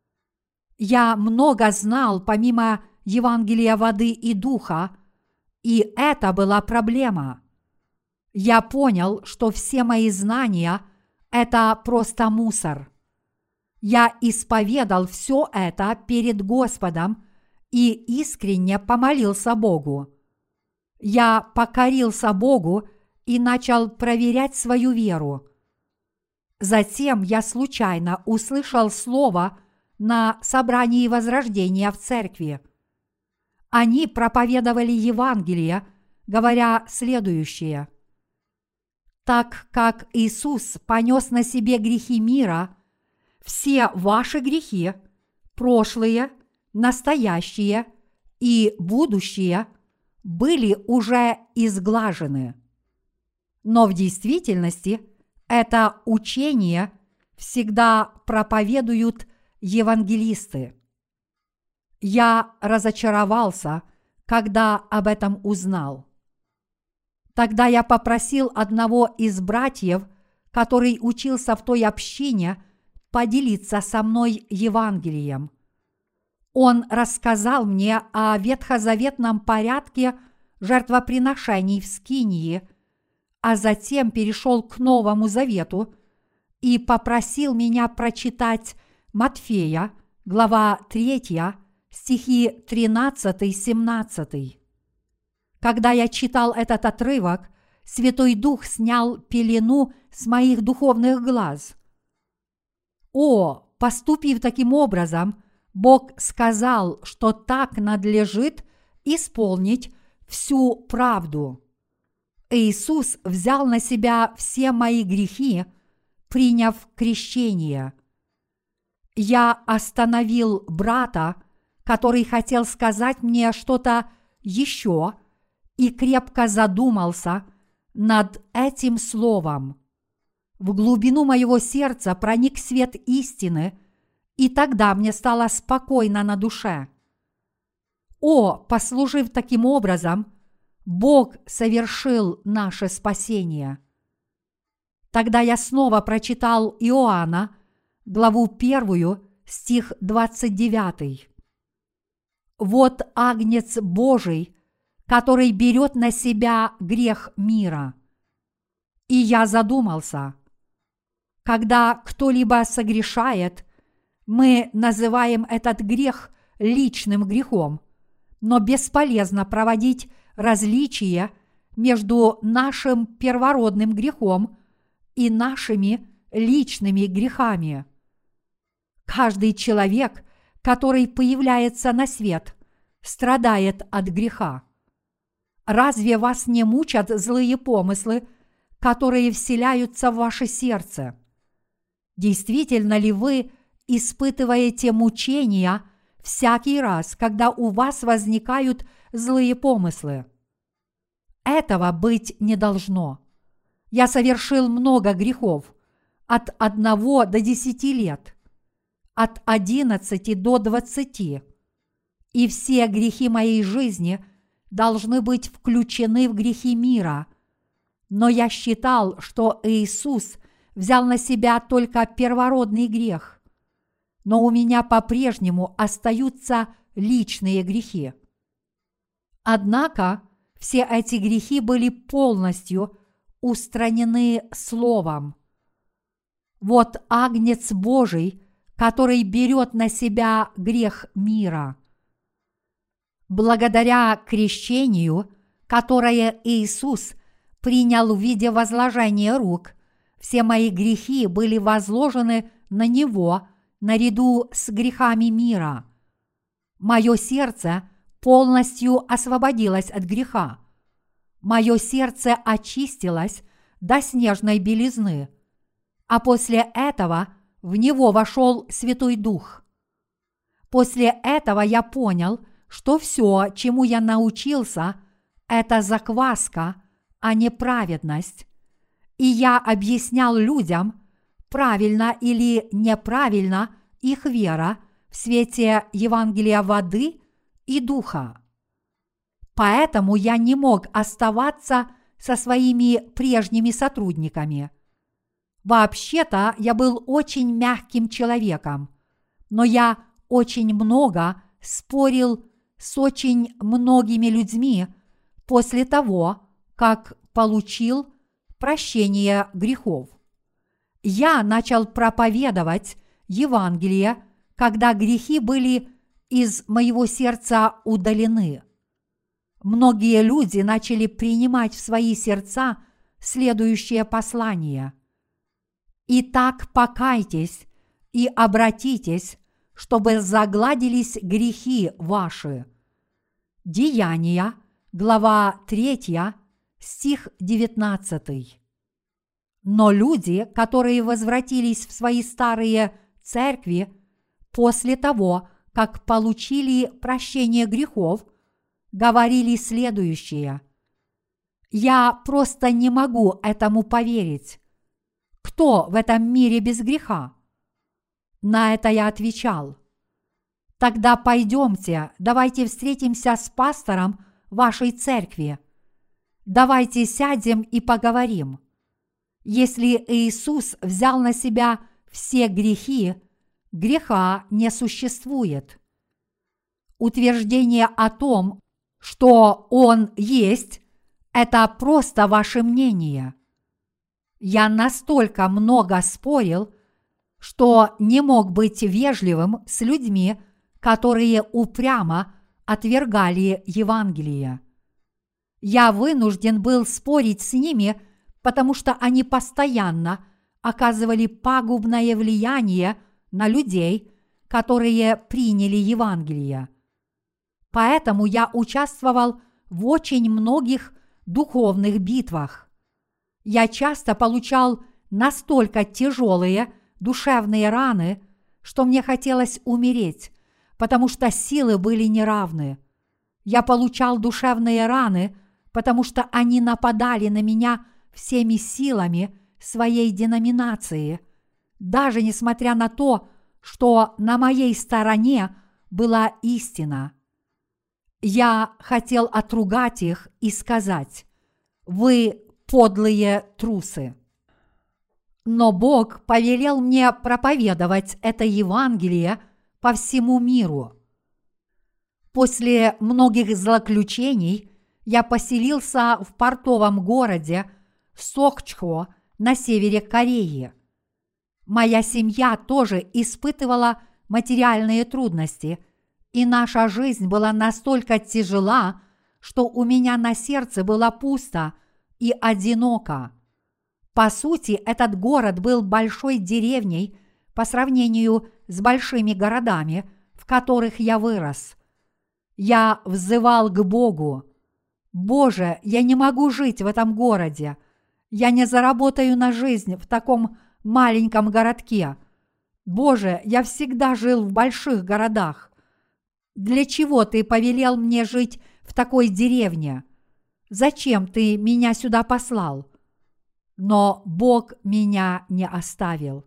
Я много знал помимо Евангелия воды и духа, и это была проблема. Я понял, что все мои знания – это просто мусор. Я исповедал все это перед Господом и искренне помолился Богу. Я покорился Богу и начал проверять свою веру. Затем я случайно услышал слово на собрании возрождения в церкви. Они проповедовали Евангелие, говоря следующее: Так как Иисус понес на себе грехи мира, все ваши грехи, прошлые, настоящие и будущие, были уже изглажены. Но в действительности это учение всегда проповедуют евангелисты. Я разочаровался, когда об этом узнал. Тогда я попросил одного из братьев, который учился в той общине, поделиться со мной Евангелием. Он рассказал мне о ветхозаветном порядке жертвоприношений в Скинии, а затем перешел к Новому Завету и попросил меня прочитать Матфея, глава 3, стихи 13-17. Когда я читал этот отрывок, Святой Дух снял пелену с моих духовных глаз. Поступив таким образом, Бог сказал, что так надлежит исполнить всю правду. Иисус взял на себя все мои грехи, приняв крещение. Я остановил брата, который хотел сказать мне что-то еще, и крепко задумался над этим словом. В глубину моего сердца проник свет истины, и тогда мне стало спокойно на душе. Послужив таким образом, Бог совершил наше спасение. Тогда я снова прочитал Иоанна, главу 1, стих 29. «Вот Агнец Божий, который берет на себя грех мира». И я задумался. Когда кто-либо согрешает, мы называем этот грех личным грехом, но бесполезно проводить различие между нашим первородным грехом и нашими личными грехами. Каждый человек, который появляется на свет, страдает от греха. Разве вас не мучат злые помыслы, которые вселяются в ваше сердце? Действительно ли вы испытываете мучения всякий раз, когда у вас возникают злые помыслы? Этого быть не должно. Я совершил много грехов от 1 до 10 лет, от 11 до 20, и все грехи моей жизни должны быть включены в грехи мира, но я считал, что Иисус взял на себя только первородный грех, но у меня по-прежнему остаются личные грехи. Однако все эти грехи были полностью устранены Словом. Вот Агнец Божий, который берет на себя грех мира. Благодаря крещению, которое Иисус принял в виде возложения рук, все мои грехи были возложены на Него наряду с грехами мира. Мое сердце полностью освободилось от греха. Мое сердце очистилось до снежной белизны, а после этого в него вошел Святой Дух. После этого я понял, что все, чему я научился, это закваска, а не праведность. И я объяснял людям, правильно или неправильно их вера в свете Евангелия воды и духа. Поэтому я не мог оставаться со своими прежними сотрудниками. Вообще-то я был очень мягким человеком, но я очень много спорил с очень многими людьми после того, как получил прощение грехов. Я начал проповедовать Евангелие, когда грехи были из моего сердца удалены. Многие люди начали принимать в свои сердца следующее послание: «Итак, покайтесь и обратитесь, чтобы загладились грехи ваши». Деяния, глава 3, стих 19. Но люди, которые возвратились в свои старые церкви после того, как получили прощение грехов, говорили следующее: «Я просто не могу этому поверить. Кто в этом мире без греха?» На это я отвечал: «Тогда пойдемте, давайте встретимся с пастором вашей церкви. Давайте сядем и поговорим. Если Иисус взял на себя все грехи, греха не существует. Утверждение о том, что Он есть, это просто ваше мнение». Я настолько много спорил, что не мог быть вежливым с людьми, которые упрямо отвергали Евангелие. Я вынужден был спорить с ними, потому что они постоянно оказывали пагубное влияние на людей, которые приняли Евангелие. Поэтому я участвовал в очень многих духовных битвах. Я часто получал настолько тяжелые душевные раны, что мне хотелось умереть, потому что силы были неравны. Я получал душевные раны, потому что они нападали на меня всеми силами своей деноминации, даже несмотря на то, что на моей стороне была истина. Я хотел отругать их и сказать: «Вы подлые трусы». Но Бог повелел мне проповедовать это Евангелие по всему миру. После многих злоключений я поселился в портовом городе Сокчхо на севере Кореи. Моя семья тоже испытывала материальные трудности, и наша жизнь была настолько тяжела, что у меня на сердце было пусто и одиноко. По сути, этот город был большой деревней по сравнению с большими городами, в которых я вырос. Я взывал к Богу: «Боже, я не могу жить в этом городе. Я не заработаю на жизнь в таком маленьком городке. Боже, я всегда жил в больших городах. Для чего Ты повелел мне жить в такой деревне? Зачем Ты меня сюда послал?» Но Бог меня не оставил.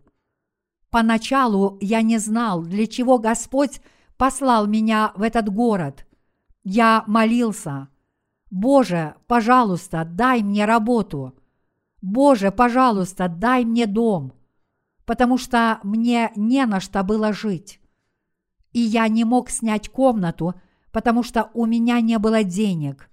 Поначалу я не знал, для чего Господь послал меня в этот город. Я молился: «Боже, пожалуйста, дай мне работу. Боже, пожалуйста, дай мне дом», потому что мне не на что было жить. И я не мог снять комнату, потому что у меня не было денег.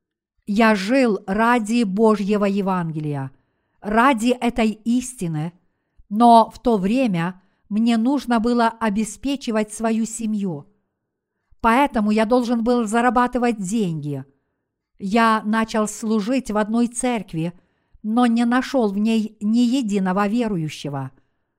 Я жил ради Божьего Евангелия, ради этой истины, но в то время мне нужно было обеспечивать свою семью. Поэтому я должен был зарабатывать деньги. Я начал служить в одной церкви, но не нашел в ней ни единого верующего.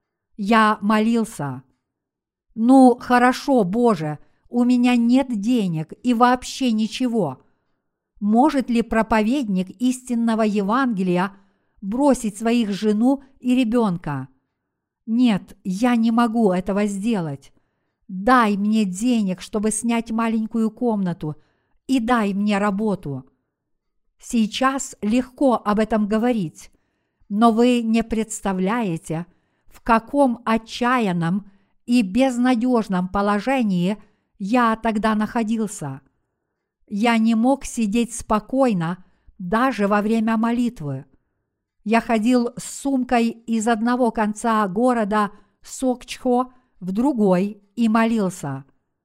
Я молился: «Ну, хорошо, Боже, у меня нет денег и вообще ничего. Может ли проповедник истинного Евангелия бросить своих жену и ребенка? Нет, я не могу этого сделать. Дай мне денег, чтобы снять маленькую комнату, и дай мне работу». Сейчас легко об этом говорить, но вы не представляете, в каком отчаянном и безнадежном положении я тогда находился. Я не мог сидеть спокойно даже во время молитвы. Я ходил с сумкой из одного конца города Сокчхо в другой и молился.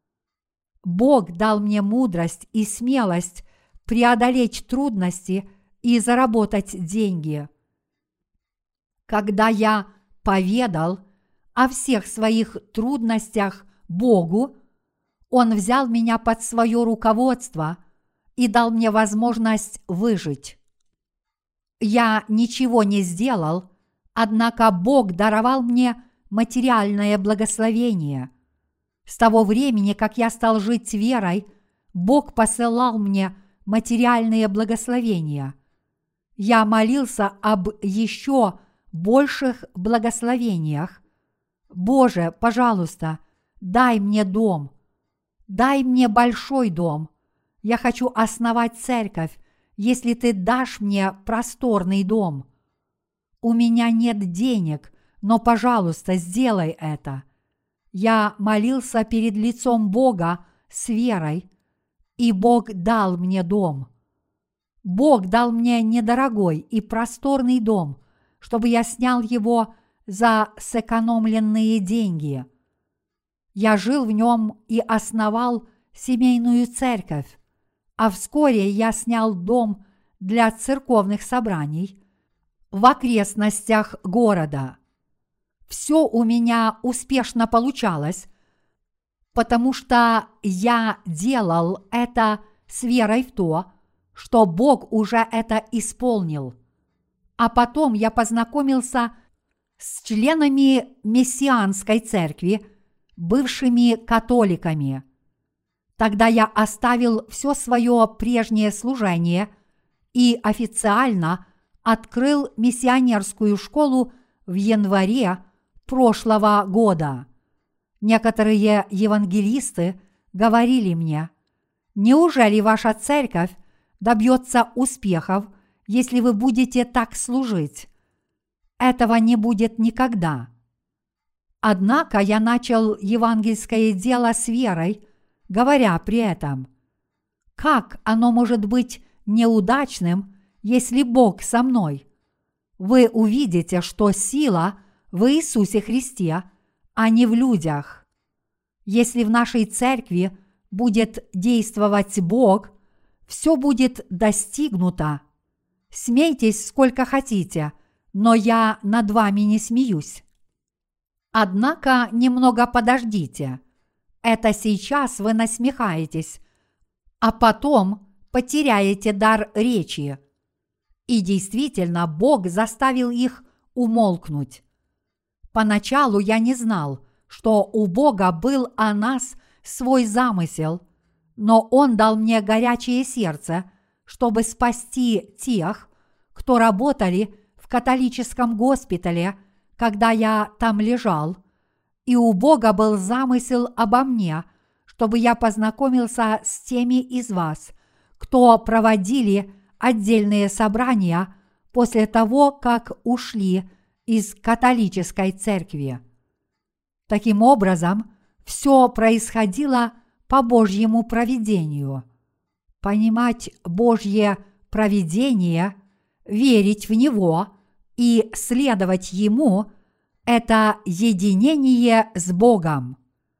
Бог дал мне мудрость и смелость преодолеть трудности и заработать деньги. Когда я поведал о всех своих трудностях Богу, Он взял меня под свое руководство и дал мне возможность выжить. Я ничего не сделал, однако Бог даровал мне материальное благословение. С того времени, как я стал жить верой, Бог посылал мне материальные благословения. Я молился об еще больших благословениях. Боже, пожалуйста, дай мне дом. Дай мне большой дом. Я хочу основать церковь, если ты дашь мне просторный дом. У меня нет денег, но, пожалуйста, сделай это. Я молился перед лицом Бога с верой, и Бог дал мне дом. Бог дал мне недорогой и просторный дом, чтобы я снял его за сэкономленные деньги. Я жил в нем и основал семейную церковь, а вскоре я снял дом для церковных собраний в окрестностях города. Все у меня успешно получалось, потому что я делал это с верой в то, что Бог уже это исполнил. А потом я познакомился с членами мессианской церкви, бывшими католиками. Тогда я оставил все свое прежнее служение и официально открыл миссионерскую школу в январе прошлого года. Некоторые евангелисты говорили мне: «Неужели ваша церковь добьется успехов, если вы будете так служить?» Этого не будет никогда. Однако я начал евангельское дело с верой, говоря при этом: как оно может быть неудачным, если Бог со мной? Вы увидите, что сила в Иисусе Христе, а не в людях. Если в нашей церкви будет действовать Бог, все будет достигнуто. Смейтесь сколько хотите, но я над вами не смеюсь. Однако немного подождите. Это сейчас вы насмехаетесь, а потом потеряете дар речи. И действительно, Бог заставил их умолкнуть. Поначалу я не знал, что у Бога был о нас свой замысел, но Он дал мне горячее сердце, чтобы спасти тех, кто работали в католическом госпитале, когда я там лежал, и у Бога был замысел обо мне, чтобы я познакомился с теми из вас, кто проводили отдельные собрания после того, как ушли из католической церкви. Таким образом, все происходило по Божьему провидению. Понимать Божье провидение, верить в него и следовать ему – это единение с Богом.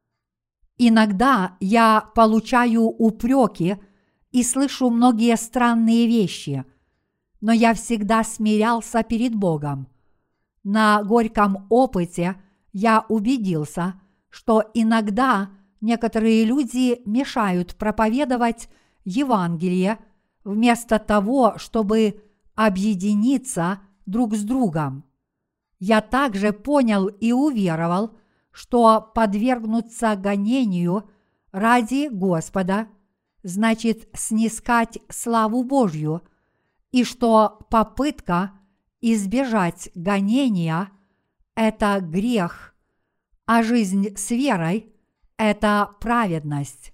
Иногда я получаю упреки и слышу многие странные вещи, но я всегда смирялся перед Богом. На горьком опыте я убедился, что иногда некоторые люди мешают проповедовать Евангелие вместо того, чтобы объединиться друг с другом. Я также понял и уверовал, что подвергнуться гонению ради Господа значит снискать славу Божью, и что попытка избежать гонения – это грех, а жизнь с верой – это праведность.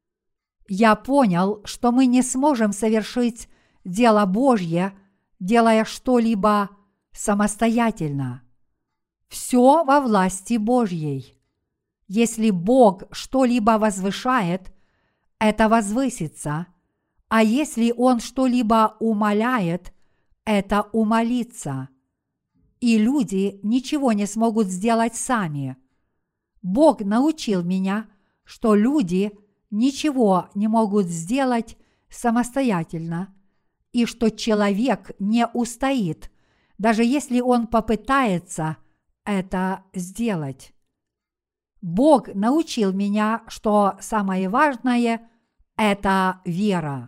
Я понял, что мы не сможем совершить дело Божье, делая что-либо самостоятельно. Все во власти Божьей. Если Бог что-либо возвышает, это возвысится, а если Он что-либо умаляет, это умалится. И люди ничего не смогут сделать сами. Бог научил меня, что люди ничего не могут сделать самостоятельно, и что человек не устоит, даже если он попытается это сделать. Бог научил меня, что самое важное – это вера.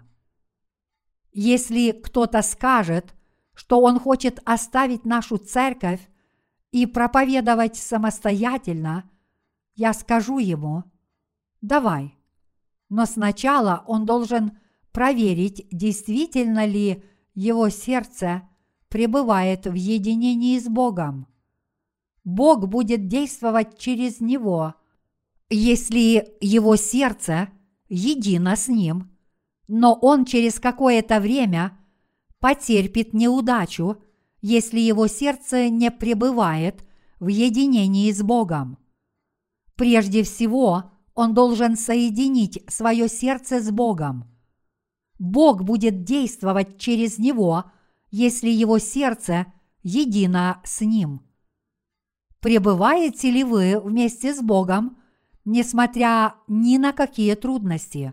Если кто-то скажет, что он хочет оставить нашу церковь и проповедовать самостоятельно, я скажу ему: давай. Но сначала он должен проверить, действительно ли его сердце пребывает в единении с Богом. Бог будет действовать через него, если его сердце едино с ним, но он через какое-то время потерпит неудачу, если его сердце не пребывает в единении с Богом. Прежде всего, он должен соединить свое сердце с Богом. Бог будет действовать через него, если его сердце едино с ним. Пребываете ли вы вместе с Богом, несмотря ни на какие трудности?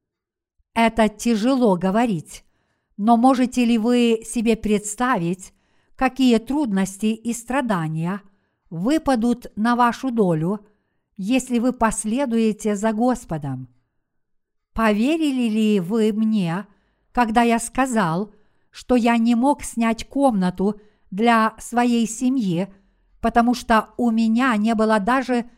Это тяжело говорить, но можете ли вы себе представить, какие трудности и страдания выпадут на вашу долю, если вы последуете за Господом? Поверили ли вы мне, когда я сказал, что я не мог снять комнату для своей семьи, потому что у меня не было даже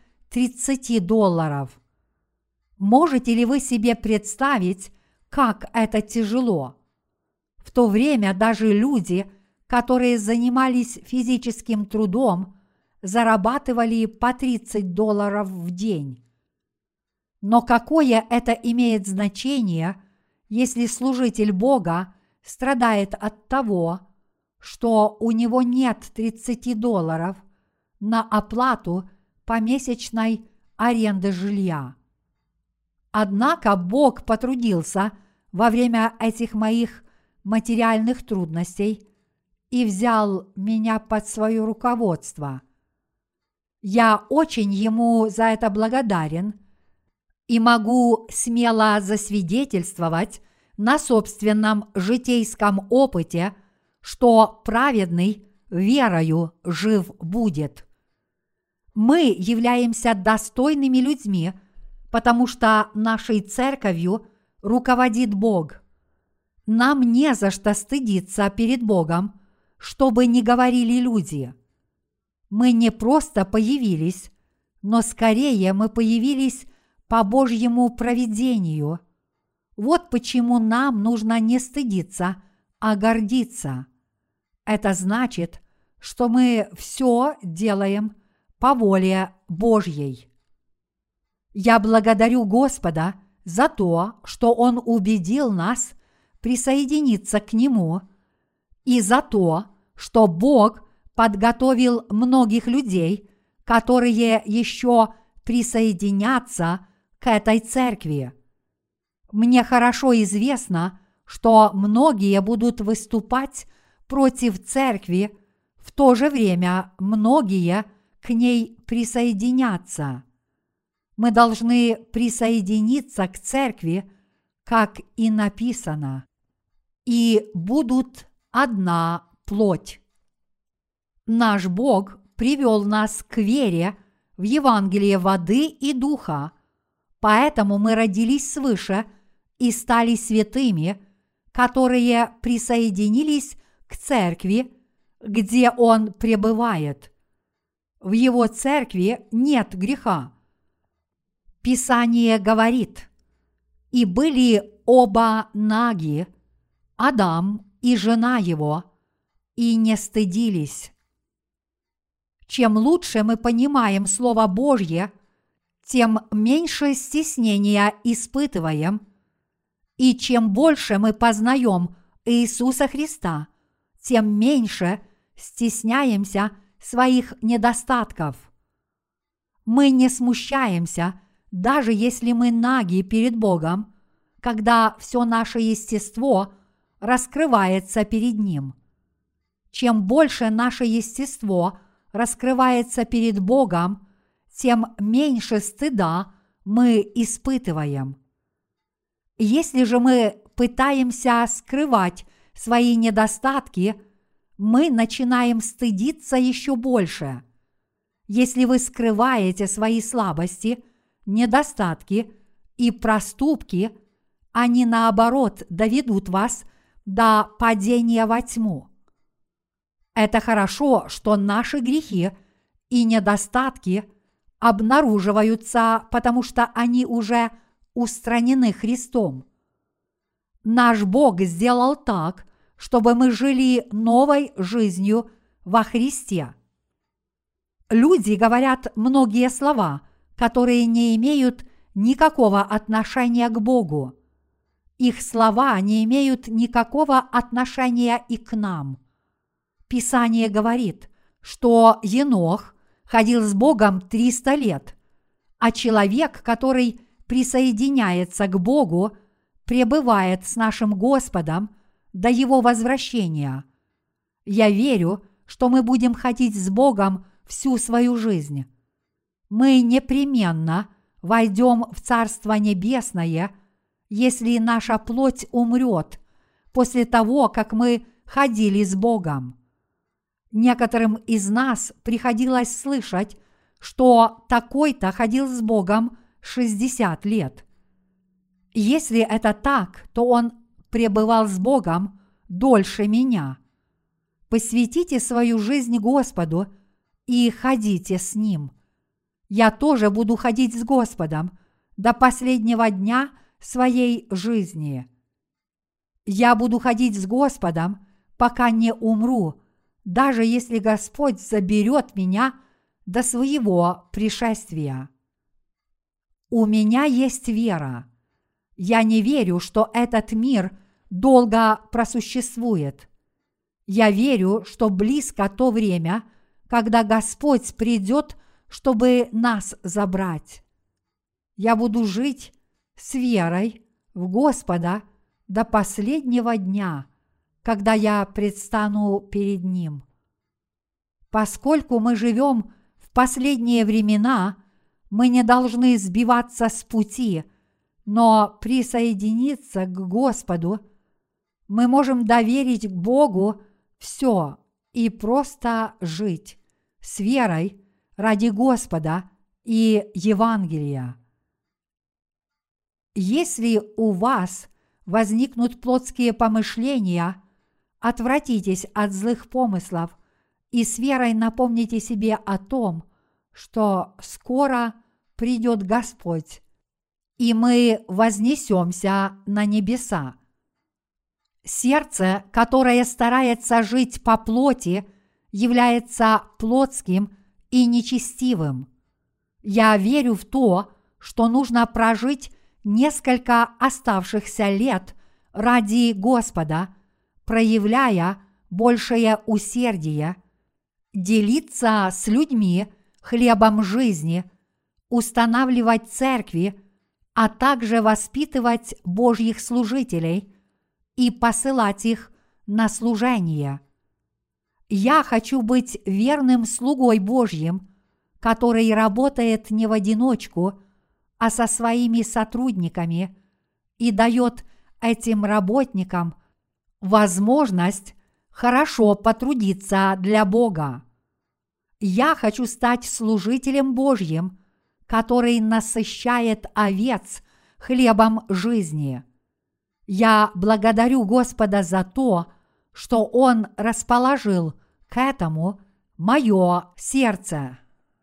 $30? Можете ли вы себе представить, как это тяжело? В то время даже люди, которые занимались физическим трудом, зарабатывали по $30 в день. Но какое это имеет значение, если служитель Бога страдает от того, что у него нет $30 на оплату помесячной аренды жилья? Однако Бог потрудился во время этих моих материальных трудностей и взял меня под свое руководство. Я очень Ему за это благодарен и могу смело засвидетельствовать на собственном житейском опыте, что праведный верою жив будет. Мы являемся достойными людьми, потому что нашей церковью руководит Бог. Нам не за что стыдиться перед Богом, что бы ни говорили люди. Мы не просто появились, но скорее мы появились по Божьему провидению. Вот почему нам нужно не стыдиться, а гордиться. Это значит, что мы все делаем по воле Божьей. Я благодарю Господа за то, что Он убедил нас присоединиться к Нему, и за то, что Бог подготовил многих людей, которые еще присоединятся к этой церкви. Мне хорошо известно, что многие будут выступать против церкви, в то же время многие к ней присоединятся. Мы должны присоединиться к церкви, как и написано, и будут одна плоть. Наш Бог привел нас к вере в Евангелие воды и духа, поэтому мы родились свыше и стали святыми, которые присоединились к церкви, где Он пребывает. В Его церкви нет греха. Писание говорит: «И были оба наги, Адам и жена его, и не стыдились». Чем лучше мы понимаем Слово Божье, тем меньше стеснения испытываем, и чем больше мы познаем Иисуса Христа, тем меньше стесняемся своих недостатков. Мы не смущаемся, даже если мы наги перед Богом, когда все наше естество раскрывается перед Ним. Чем больше наше естество раскрывается перед Богом, тем меньше стыда мы испытываем. Если же мы пытаемся скрывать свои недостатки, мы начинаем стыдиться еще больше. Если вы скрываете свои слабости, недостатки и проступки, они, наоборот, доведут вас до падения во тьму. Это хорошо, что наши грехи и недостатки обнаруживаются, потому что они уже устранены Христом. Наш Бог сделал так, чтобы мы жили новой жизнью во Христе. Люди говорят многие слова, которые не имеют никакого отношения к Богу. Их слова не имеют никакого отношения и к нам. Писание говорит, что Енох ходил с Богом 300 лет, а человек, который присоединяется к Богу, пребывает с нашим Господом до Его возвращения. Я верю, что мы будем ходить с Богом всю свою жизнь. Мы непременно войдем в Царство Небесное, если наша плоть умрет после того, как мы ходили с Богом. Некоторым из нас приходилось слышать, что такой-то ходил с Богом 60 лет. Если это так, то он пребывал с Богом дольше меня. Посвятите свою жизнь Господу и ходите с Ним. Я тоже буду ходить с Господом до последнего дня своей жизни. Я буду ходить с Господом, пока не умру, даже если Господь заберет меня до своего пришествия. У меня есть вера. Я не верю, что этот мир долго просуществует. Я верю, что близко то время, когда Господь придет, чтобы нас забрать. Я буду жить с верой в Господа до последнего дня, когда я предстану перед Ним. Поскольку мы живем в последние времена, мы не должны сбиваться с пути, но присоединиться к Господу. Мы можем доверить Богу все и просто жить с верой ради Господа и Евангелия. Если у вас возникнут плотские помышления, отвратитесь от злых помыслов и с верой напомните себе о том, что скоро придет Господь, и мы вознесемся на небеса. Сердце, которое старается жить по плоти, является плотским и нечестивым. Я верю в то, что нужно прожить несколько оставшихся лет ради Господа, проявляя большее усердие, делиться с людьми хлебом жизни, устанавливать церкви, а также воспитывать Божьих служителей и посылать их на служение. Я хочу быть верным слугой Божьим, который работает не в одиночку, а со своими сотрудниками и дает этим работникам возможность хорошо потрудиться для Бога. Я хочу стать служителем Божьим, который насыщает овец хлебом жизни. Я благодарю Господа за то, что Он расположил к этому мое сердце.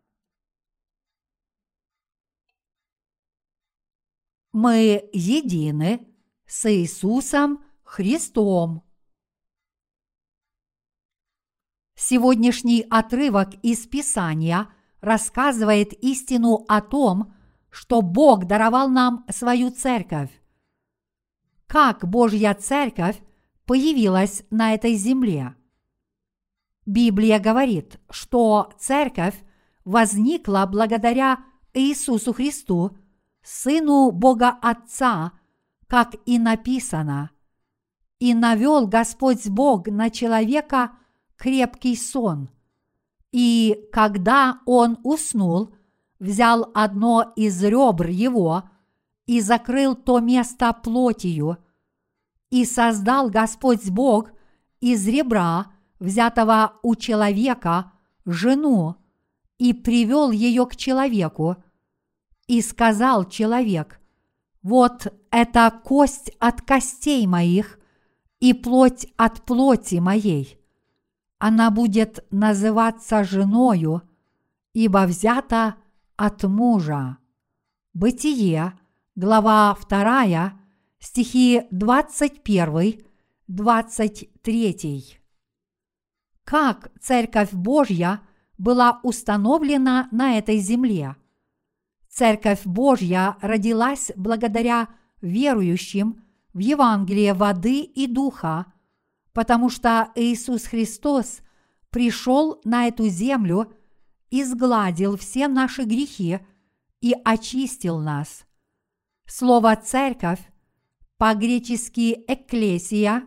Мы едины с Иисусом Христом. Сегодняшний отрывок из Писания рассказывает истину о том, что Бог даровал нам свою церковь. Как Божья церковь появилась на этой земле? Библия говорит, что церковь возникла благодаря Иисусу Христу, Сыну Бога Отца, как и написано: «И навел Господь Бог на человека крепкий сон, и когда он уснул, взял одно из ребр его и закрыл то место плотью, и создал Господь Бог из ребра, взятого у человека, жену, и привел ее к человеку. И сказал человек: вот это кость от костей моих и плоть от плоти моей. Она будет называться женою, ибо взята от мужа». Бытие, глава 2, стихи 21, 23. Как Церковь Божья была установлена на этой земле? Церковь Божья родилась благодаря верующим в Евангелие воды и духа, потому что Иисус Христос пришел на эту землю и сгладил все наши грехи и очистил нас. Слово «церковь» по-гречески «экклесия»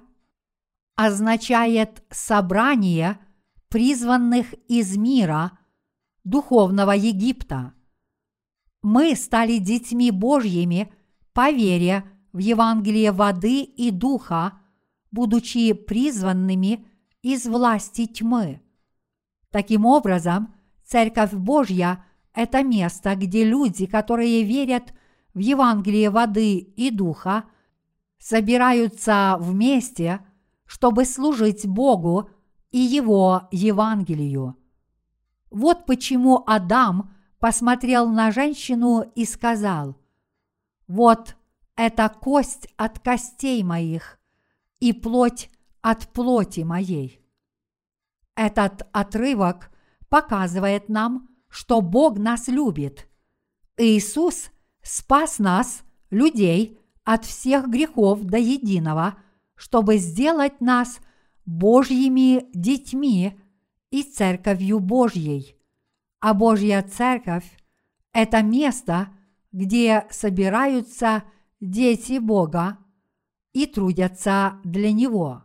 означает «собрание призванных из мира, духовного Египта». Мы стали детьми Божьими по вере в Евангелие воды и духа, будучи призванными из власти тьмы. Таким образом, Церковь Божья – это место, где люди, которые верят в Евангелие воды и духа, собираются вместе, чтобы служить Богу и Его Евангелию. Вот почему Адам посмотрел на женщину и сказал: «Вот это кость от костей моих и плоть от плоти моей». Этот отрывок показывает нам, что Бог нас любит. Иисус спас нас, людей, от всех грехов до единого, чтобы сделать нас Божьими детьми и Церковью Божьей. А Божья Церковь – это место, где собираются дети Бога и трудятся для Него.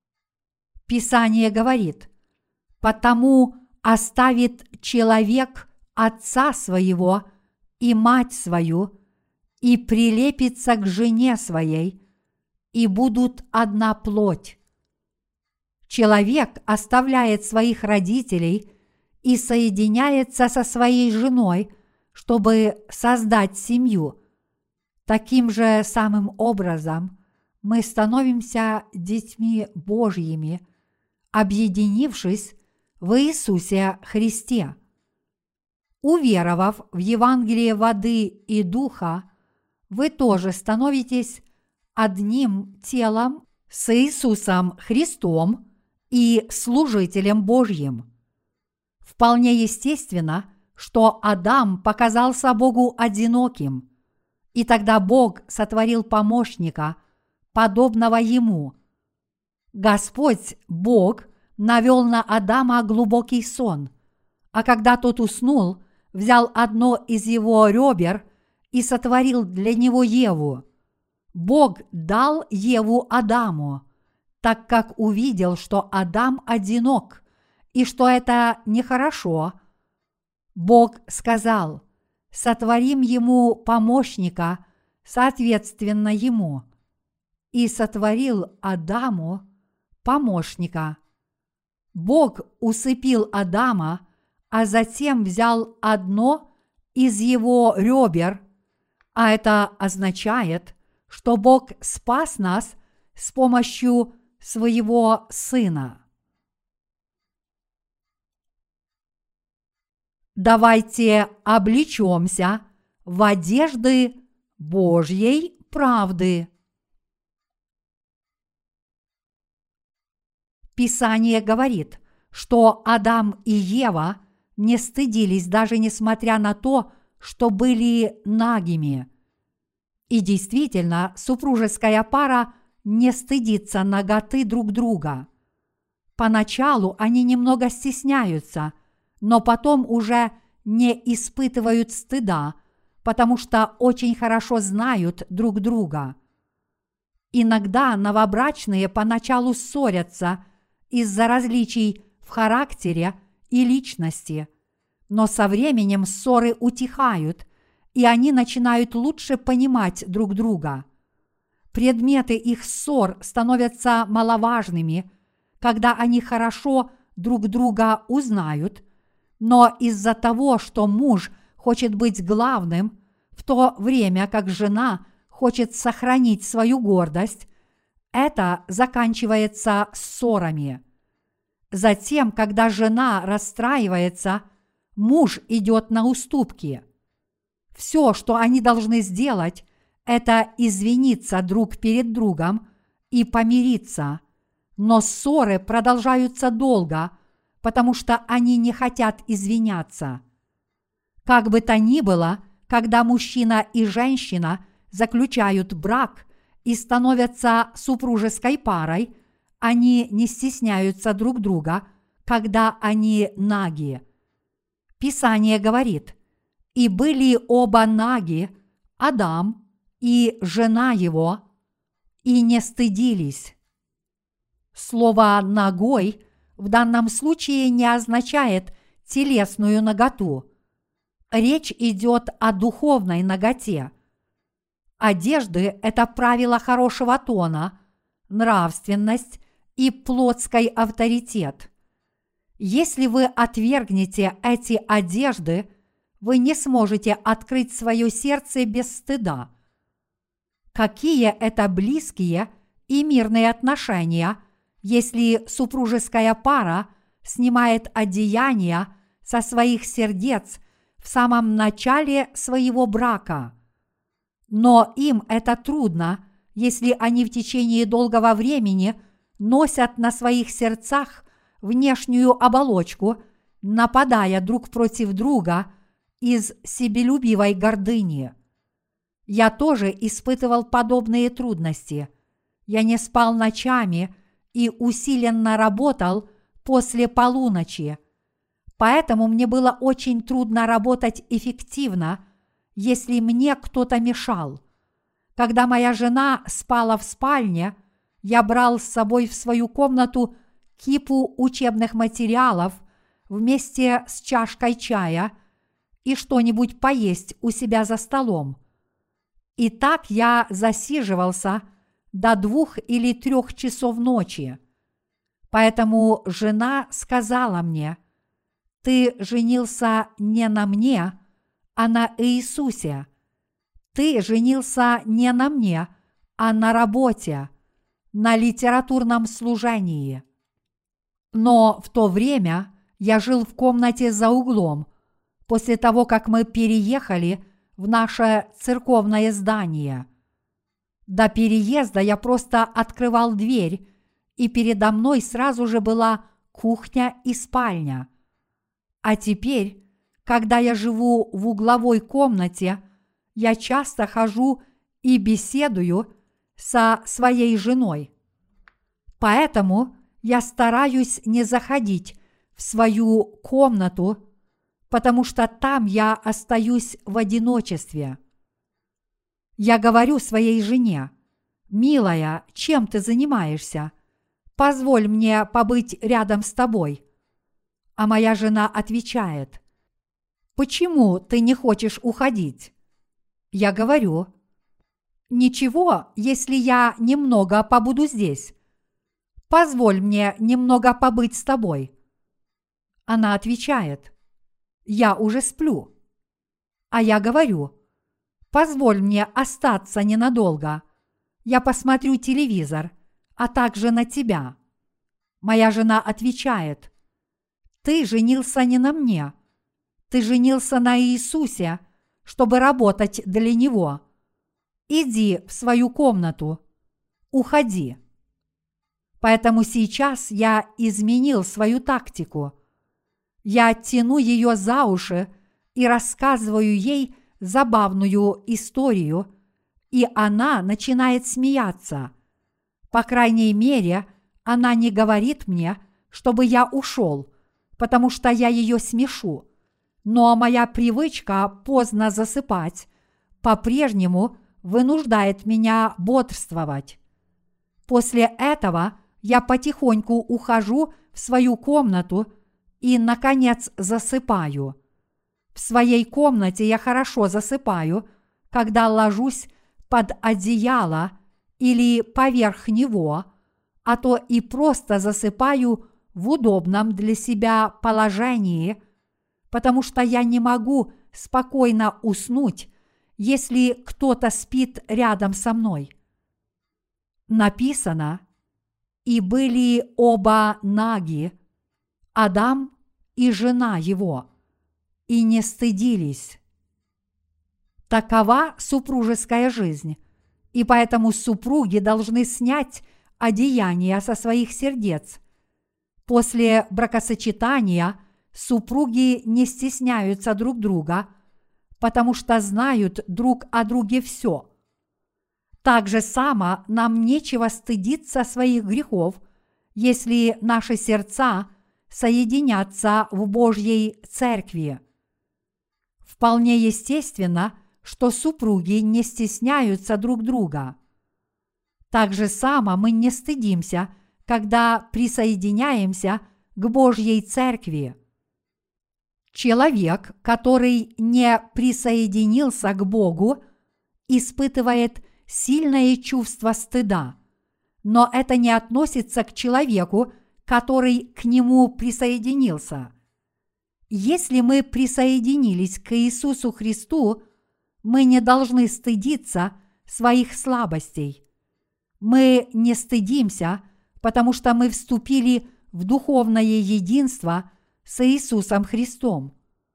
Писание говорит: «Потому оставит человек отца своего и мать свою, и прилепится к жене своей, и будут одна плоть». Человек оставляет своих родителей и соединяется со своей женой, чтобы создать семью. Таким же самым образом мы становимся детьми Божьими, объединившись в Иисусе Христе. Уверовав в Евангелие воды и духа, вы тоже становитесь одним телом с Иисусом Христом и служителем Божьим. Вполне естественно, что Адам показался Богу одиноким, и тогда Бог сотворил помощника, подобного ему. Господь Бог навел на Адама глубокий сон, а когда тот уснул, взял одно из его ребер и сотворил для него Еву. Бог дал Еву Адаму, так как увидел, что Адам одинок и что это нехорошо. Бог сказал: «Сотворим ему помощника, соответственно ему». И сотворил Адаму помощника. Бог усыпил Адама, а затем взял одно из его ребер, а это означает, что Бог спас нас с помощью своего Сына. Давайте облечемся в одежды Божьей правды. Писание говорит, что Адам и Ева не стыдились, даже несмотря на то, что были нагими. И действительно, супружеская пара не стыдится наготы друг друга. Поначалу они немного стесняются, но потом уже не испытывают стыда, потому что очень хорошо знают друг друга. Иногда новобрачные поначалу ссорятся из-за различий в характере и личности, но со временем ссоры утихают, и они начинают лучше понимать друг друга. Предметы их ссор становятся маловажными, когда они хорошо друг друга узнают, но из-за того, что муж хочет быть главным, в то время как жена хочет сохранить свою гордость, это заканчивается ссорами. Затем, когда жена расстраивается, муж идет на уступки. Все, что они должны сделать, это извиниться друг перед другом и помириться, но ссоры продолжаются долго, потому что они не хотят извиняться. Как бы то ни было, когда мужчина и женщина заключают брак и становятся супружеской парой, они не стесняются друг друга, когда они наги. Писание говорит: «И были оба наги, Адам и жена его, и не стыдились». Слово «нагой» в данном случае не означает телесную наготу. Речь идет о духовной наготе. Одежды – это правило хорошего тона, нравственность и плотский авторитет. Если вы отвергнете эти одежды, вы не сможете открыть свое сердце без стыда. Какие это близкие и мирные отношения, если супружеская пара снимает одеяния со своих сердец в самом начале своего брака. Но им это трудно, если они в течение долгого времени носят на своих сердцах внешнюю оболочку, нападая друг против друга из себелюбивой гордыни. Я тоже испытывал подобные трудности. Я не спал ночами и усиленно работал после полуночи. Поэтому мне было очень трудно работать эффективно, если мне кто-то мешал. Когда моя жена спала в спальне, я брал с собой в свою комнату кипу учебных материалов вместе с чашкой чая и что-нибудь поесть у себя за столом. И так я засиживался до 2 или 3 часов ночи. Поэтому жена сказала мне: «Ты женился не на мне, а на Иисусе. Ты женился не на мне, а на работе, на литературном служении». Но в то время я жил в комнате за углом, после того, как мы переехали в наше церковное здание. До переезда я просто открывал дверь, и передо мной сразу же была кухня и спальня. А теперь, когда я живу в угловой комнате, я часто хожу и беседую со своей женой. Поэтому я стараюсь не заходить в свою комнату, потому что там я остаюсь в одиночестве. Я говорю своей жене: «Милая, чем ты занимаешься? Позволь мне побыть рядом с тобой». А моя жена отвечает: «Почему ты не хочешь уходить?» Я говорю: «Ничего, если я немного побуду здесь. Позволь мне немного побыть с тобой». Она отвечает: «Я уже сплю». А я говорю: «Позволь мне остаться ненадолго. Я посмотрю телевизор, а также на тебя». Моя жена отвечает: «Ты женился не на мне. Ты женился на Иисусе, чтобы работать для Него. Иди в свою комнату. Уходи». Поэтому сейчас я изменил свою тактику. Я тяну ее за уши и рассказываю ей забавную историю, и она начинает смеяться. По крайней мере, она не говорит мне, чтобы я ушел, потому что я ее смешу. Но моя привычка поздно засыпать по-прежнему вынуждает меня бодрствовать. После этого я потихоньку ухожу в свою комнату и, наконец, засыпаю. В своей комнате я хорошо засыпаю, когда ложусь под одеяло или поверх него, а то и просто засыпаю в удобном для себя положении, потому что я не могу спокойно уснуть, если кто-то спит рядом со мной. Написано: «И были оба наги, Адам и жена его, и не стыдились». Такова супружеская жизнь, и поэтому супруги должны снять одеяния со своих сердец. После бракосочетания супруги не стесняются друг друга, потому что знают друг о друге все. Так же само нам нечего стыдиться своих грехов, если наши сердца соединятся в Божьей Церкви. Вполне естественно, что супруги не стесняются друг друга. Так же само мы не стыдимся, когда присоединяемся к Божьей Церкви. Человек, который не присоединился к Богу, испытывает сильное чувство стыда, но это не относится к человеку, который к нему присоединился. Если мы присоединились к Иисусу Христу, мы не должны стыдиться своих слабостей. Мы не стыдимся, потому что мы вступили в духовное единство с Иисусом Христом.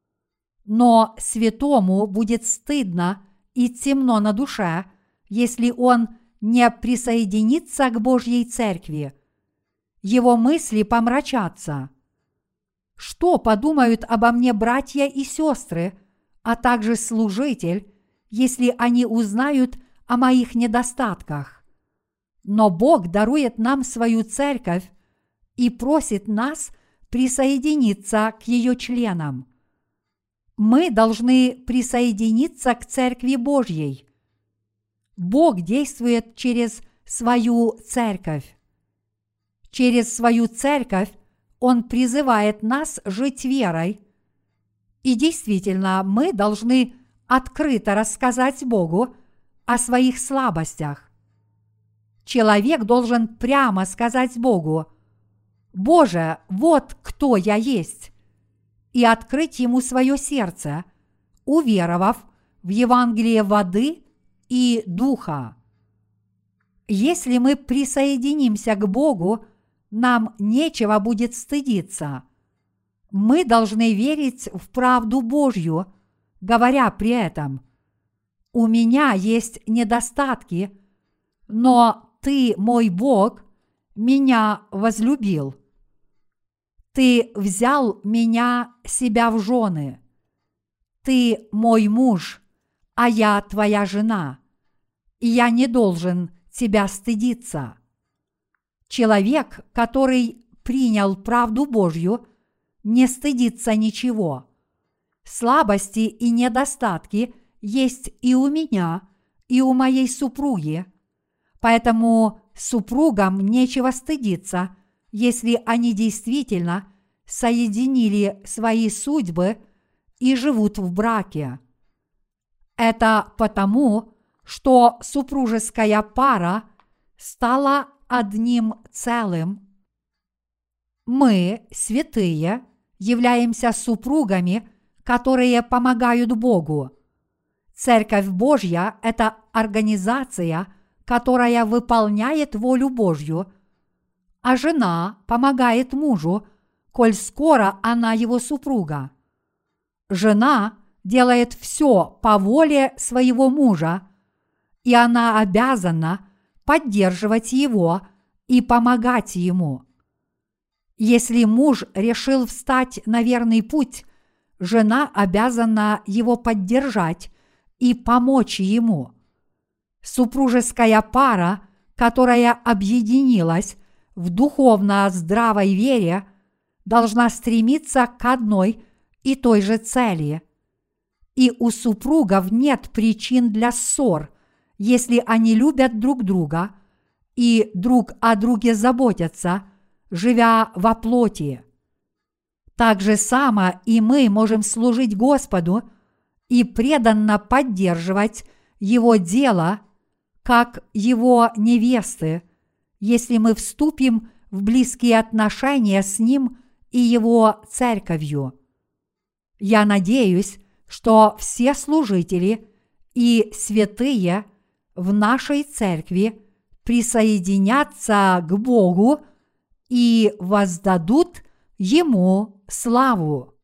Но святому будет стыдно и темно на душе, если он не присоединится к Божьей Церкви. Его мысли помрачатся. Что подумают обо мне братья и сестры, а также служитель, если они узнают о моих недостатках? Но Бог дарует нам свою церковь и просит нас присоединиться к ее членам. Мы должны присоединиться к Церкви Божьей. Бог действует через свою церковь. Через свою церковь Он призывает нас жить верой. И действительно, мы должны открыто рассказать Богу о своих слабостях. Человек должен прямо сказать Богу: «Боже, вот кто я есть», и открыть Ему свое сердце, уверовав в Евангелие воды и духа. Если мы присоединимся к Богу, нам нечего будет стыдиться. Мы должны верить в правду Божью, говоря при этом: «У меня есть недостатки, но Ты, мой Бог, меня возлюбил. Ты взял меня себя в жены. Ты мой муж, а я твоя жена, и я не должен тебя стыдиться». Человек, который принял правду Божью, не стыдится ничего. Слабости и недостатки есть и у меня, и у моей супруги. Поэтому супругам нечего стыдиться, если они действительно соединили свои судьбы и живут в браке. Это потому, что супружеская пара стала одним целым. Мы, святые, являемся супругами, которые помогают Богу. Церковь Божья – это организация, которая выполняет волю Божью, а жена помогает мужу, коль скоро она его супруга. Жена делает все по воле своего мужа, и она обязана поддерживать его и помогать ему. Если муж решил встать на верный путь, жена обязана его поддержать и помочь ему. Супружеская пара, которая объединилась в духовно здравой вере, должна стремиться к одной и той же цели. И у супругов нет причин для ссор, если они любят друг друга и друг о друге заботятся, живя во плоти. Так же само и мы можем служить Господу и преданно поддерживать Его дело, как Его невесты, если мы вступим в близкие отношения с Ним и Его церковью. Я надеюсь, что все служители и святые в нашей церкви присоединятся к Богу и воздадут Ему славу.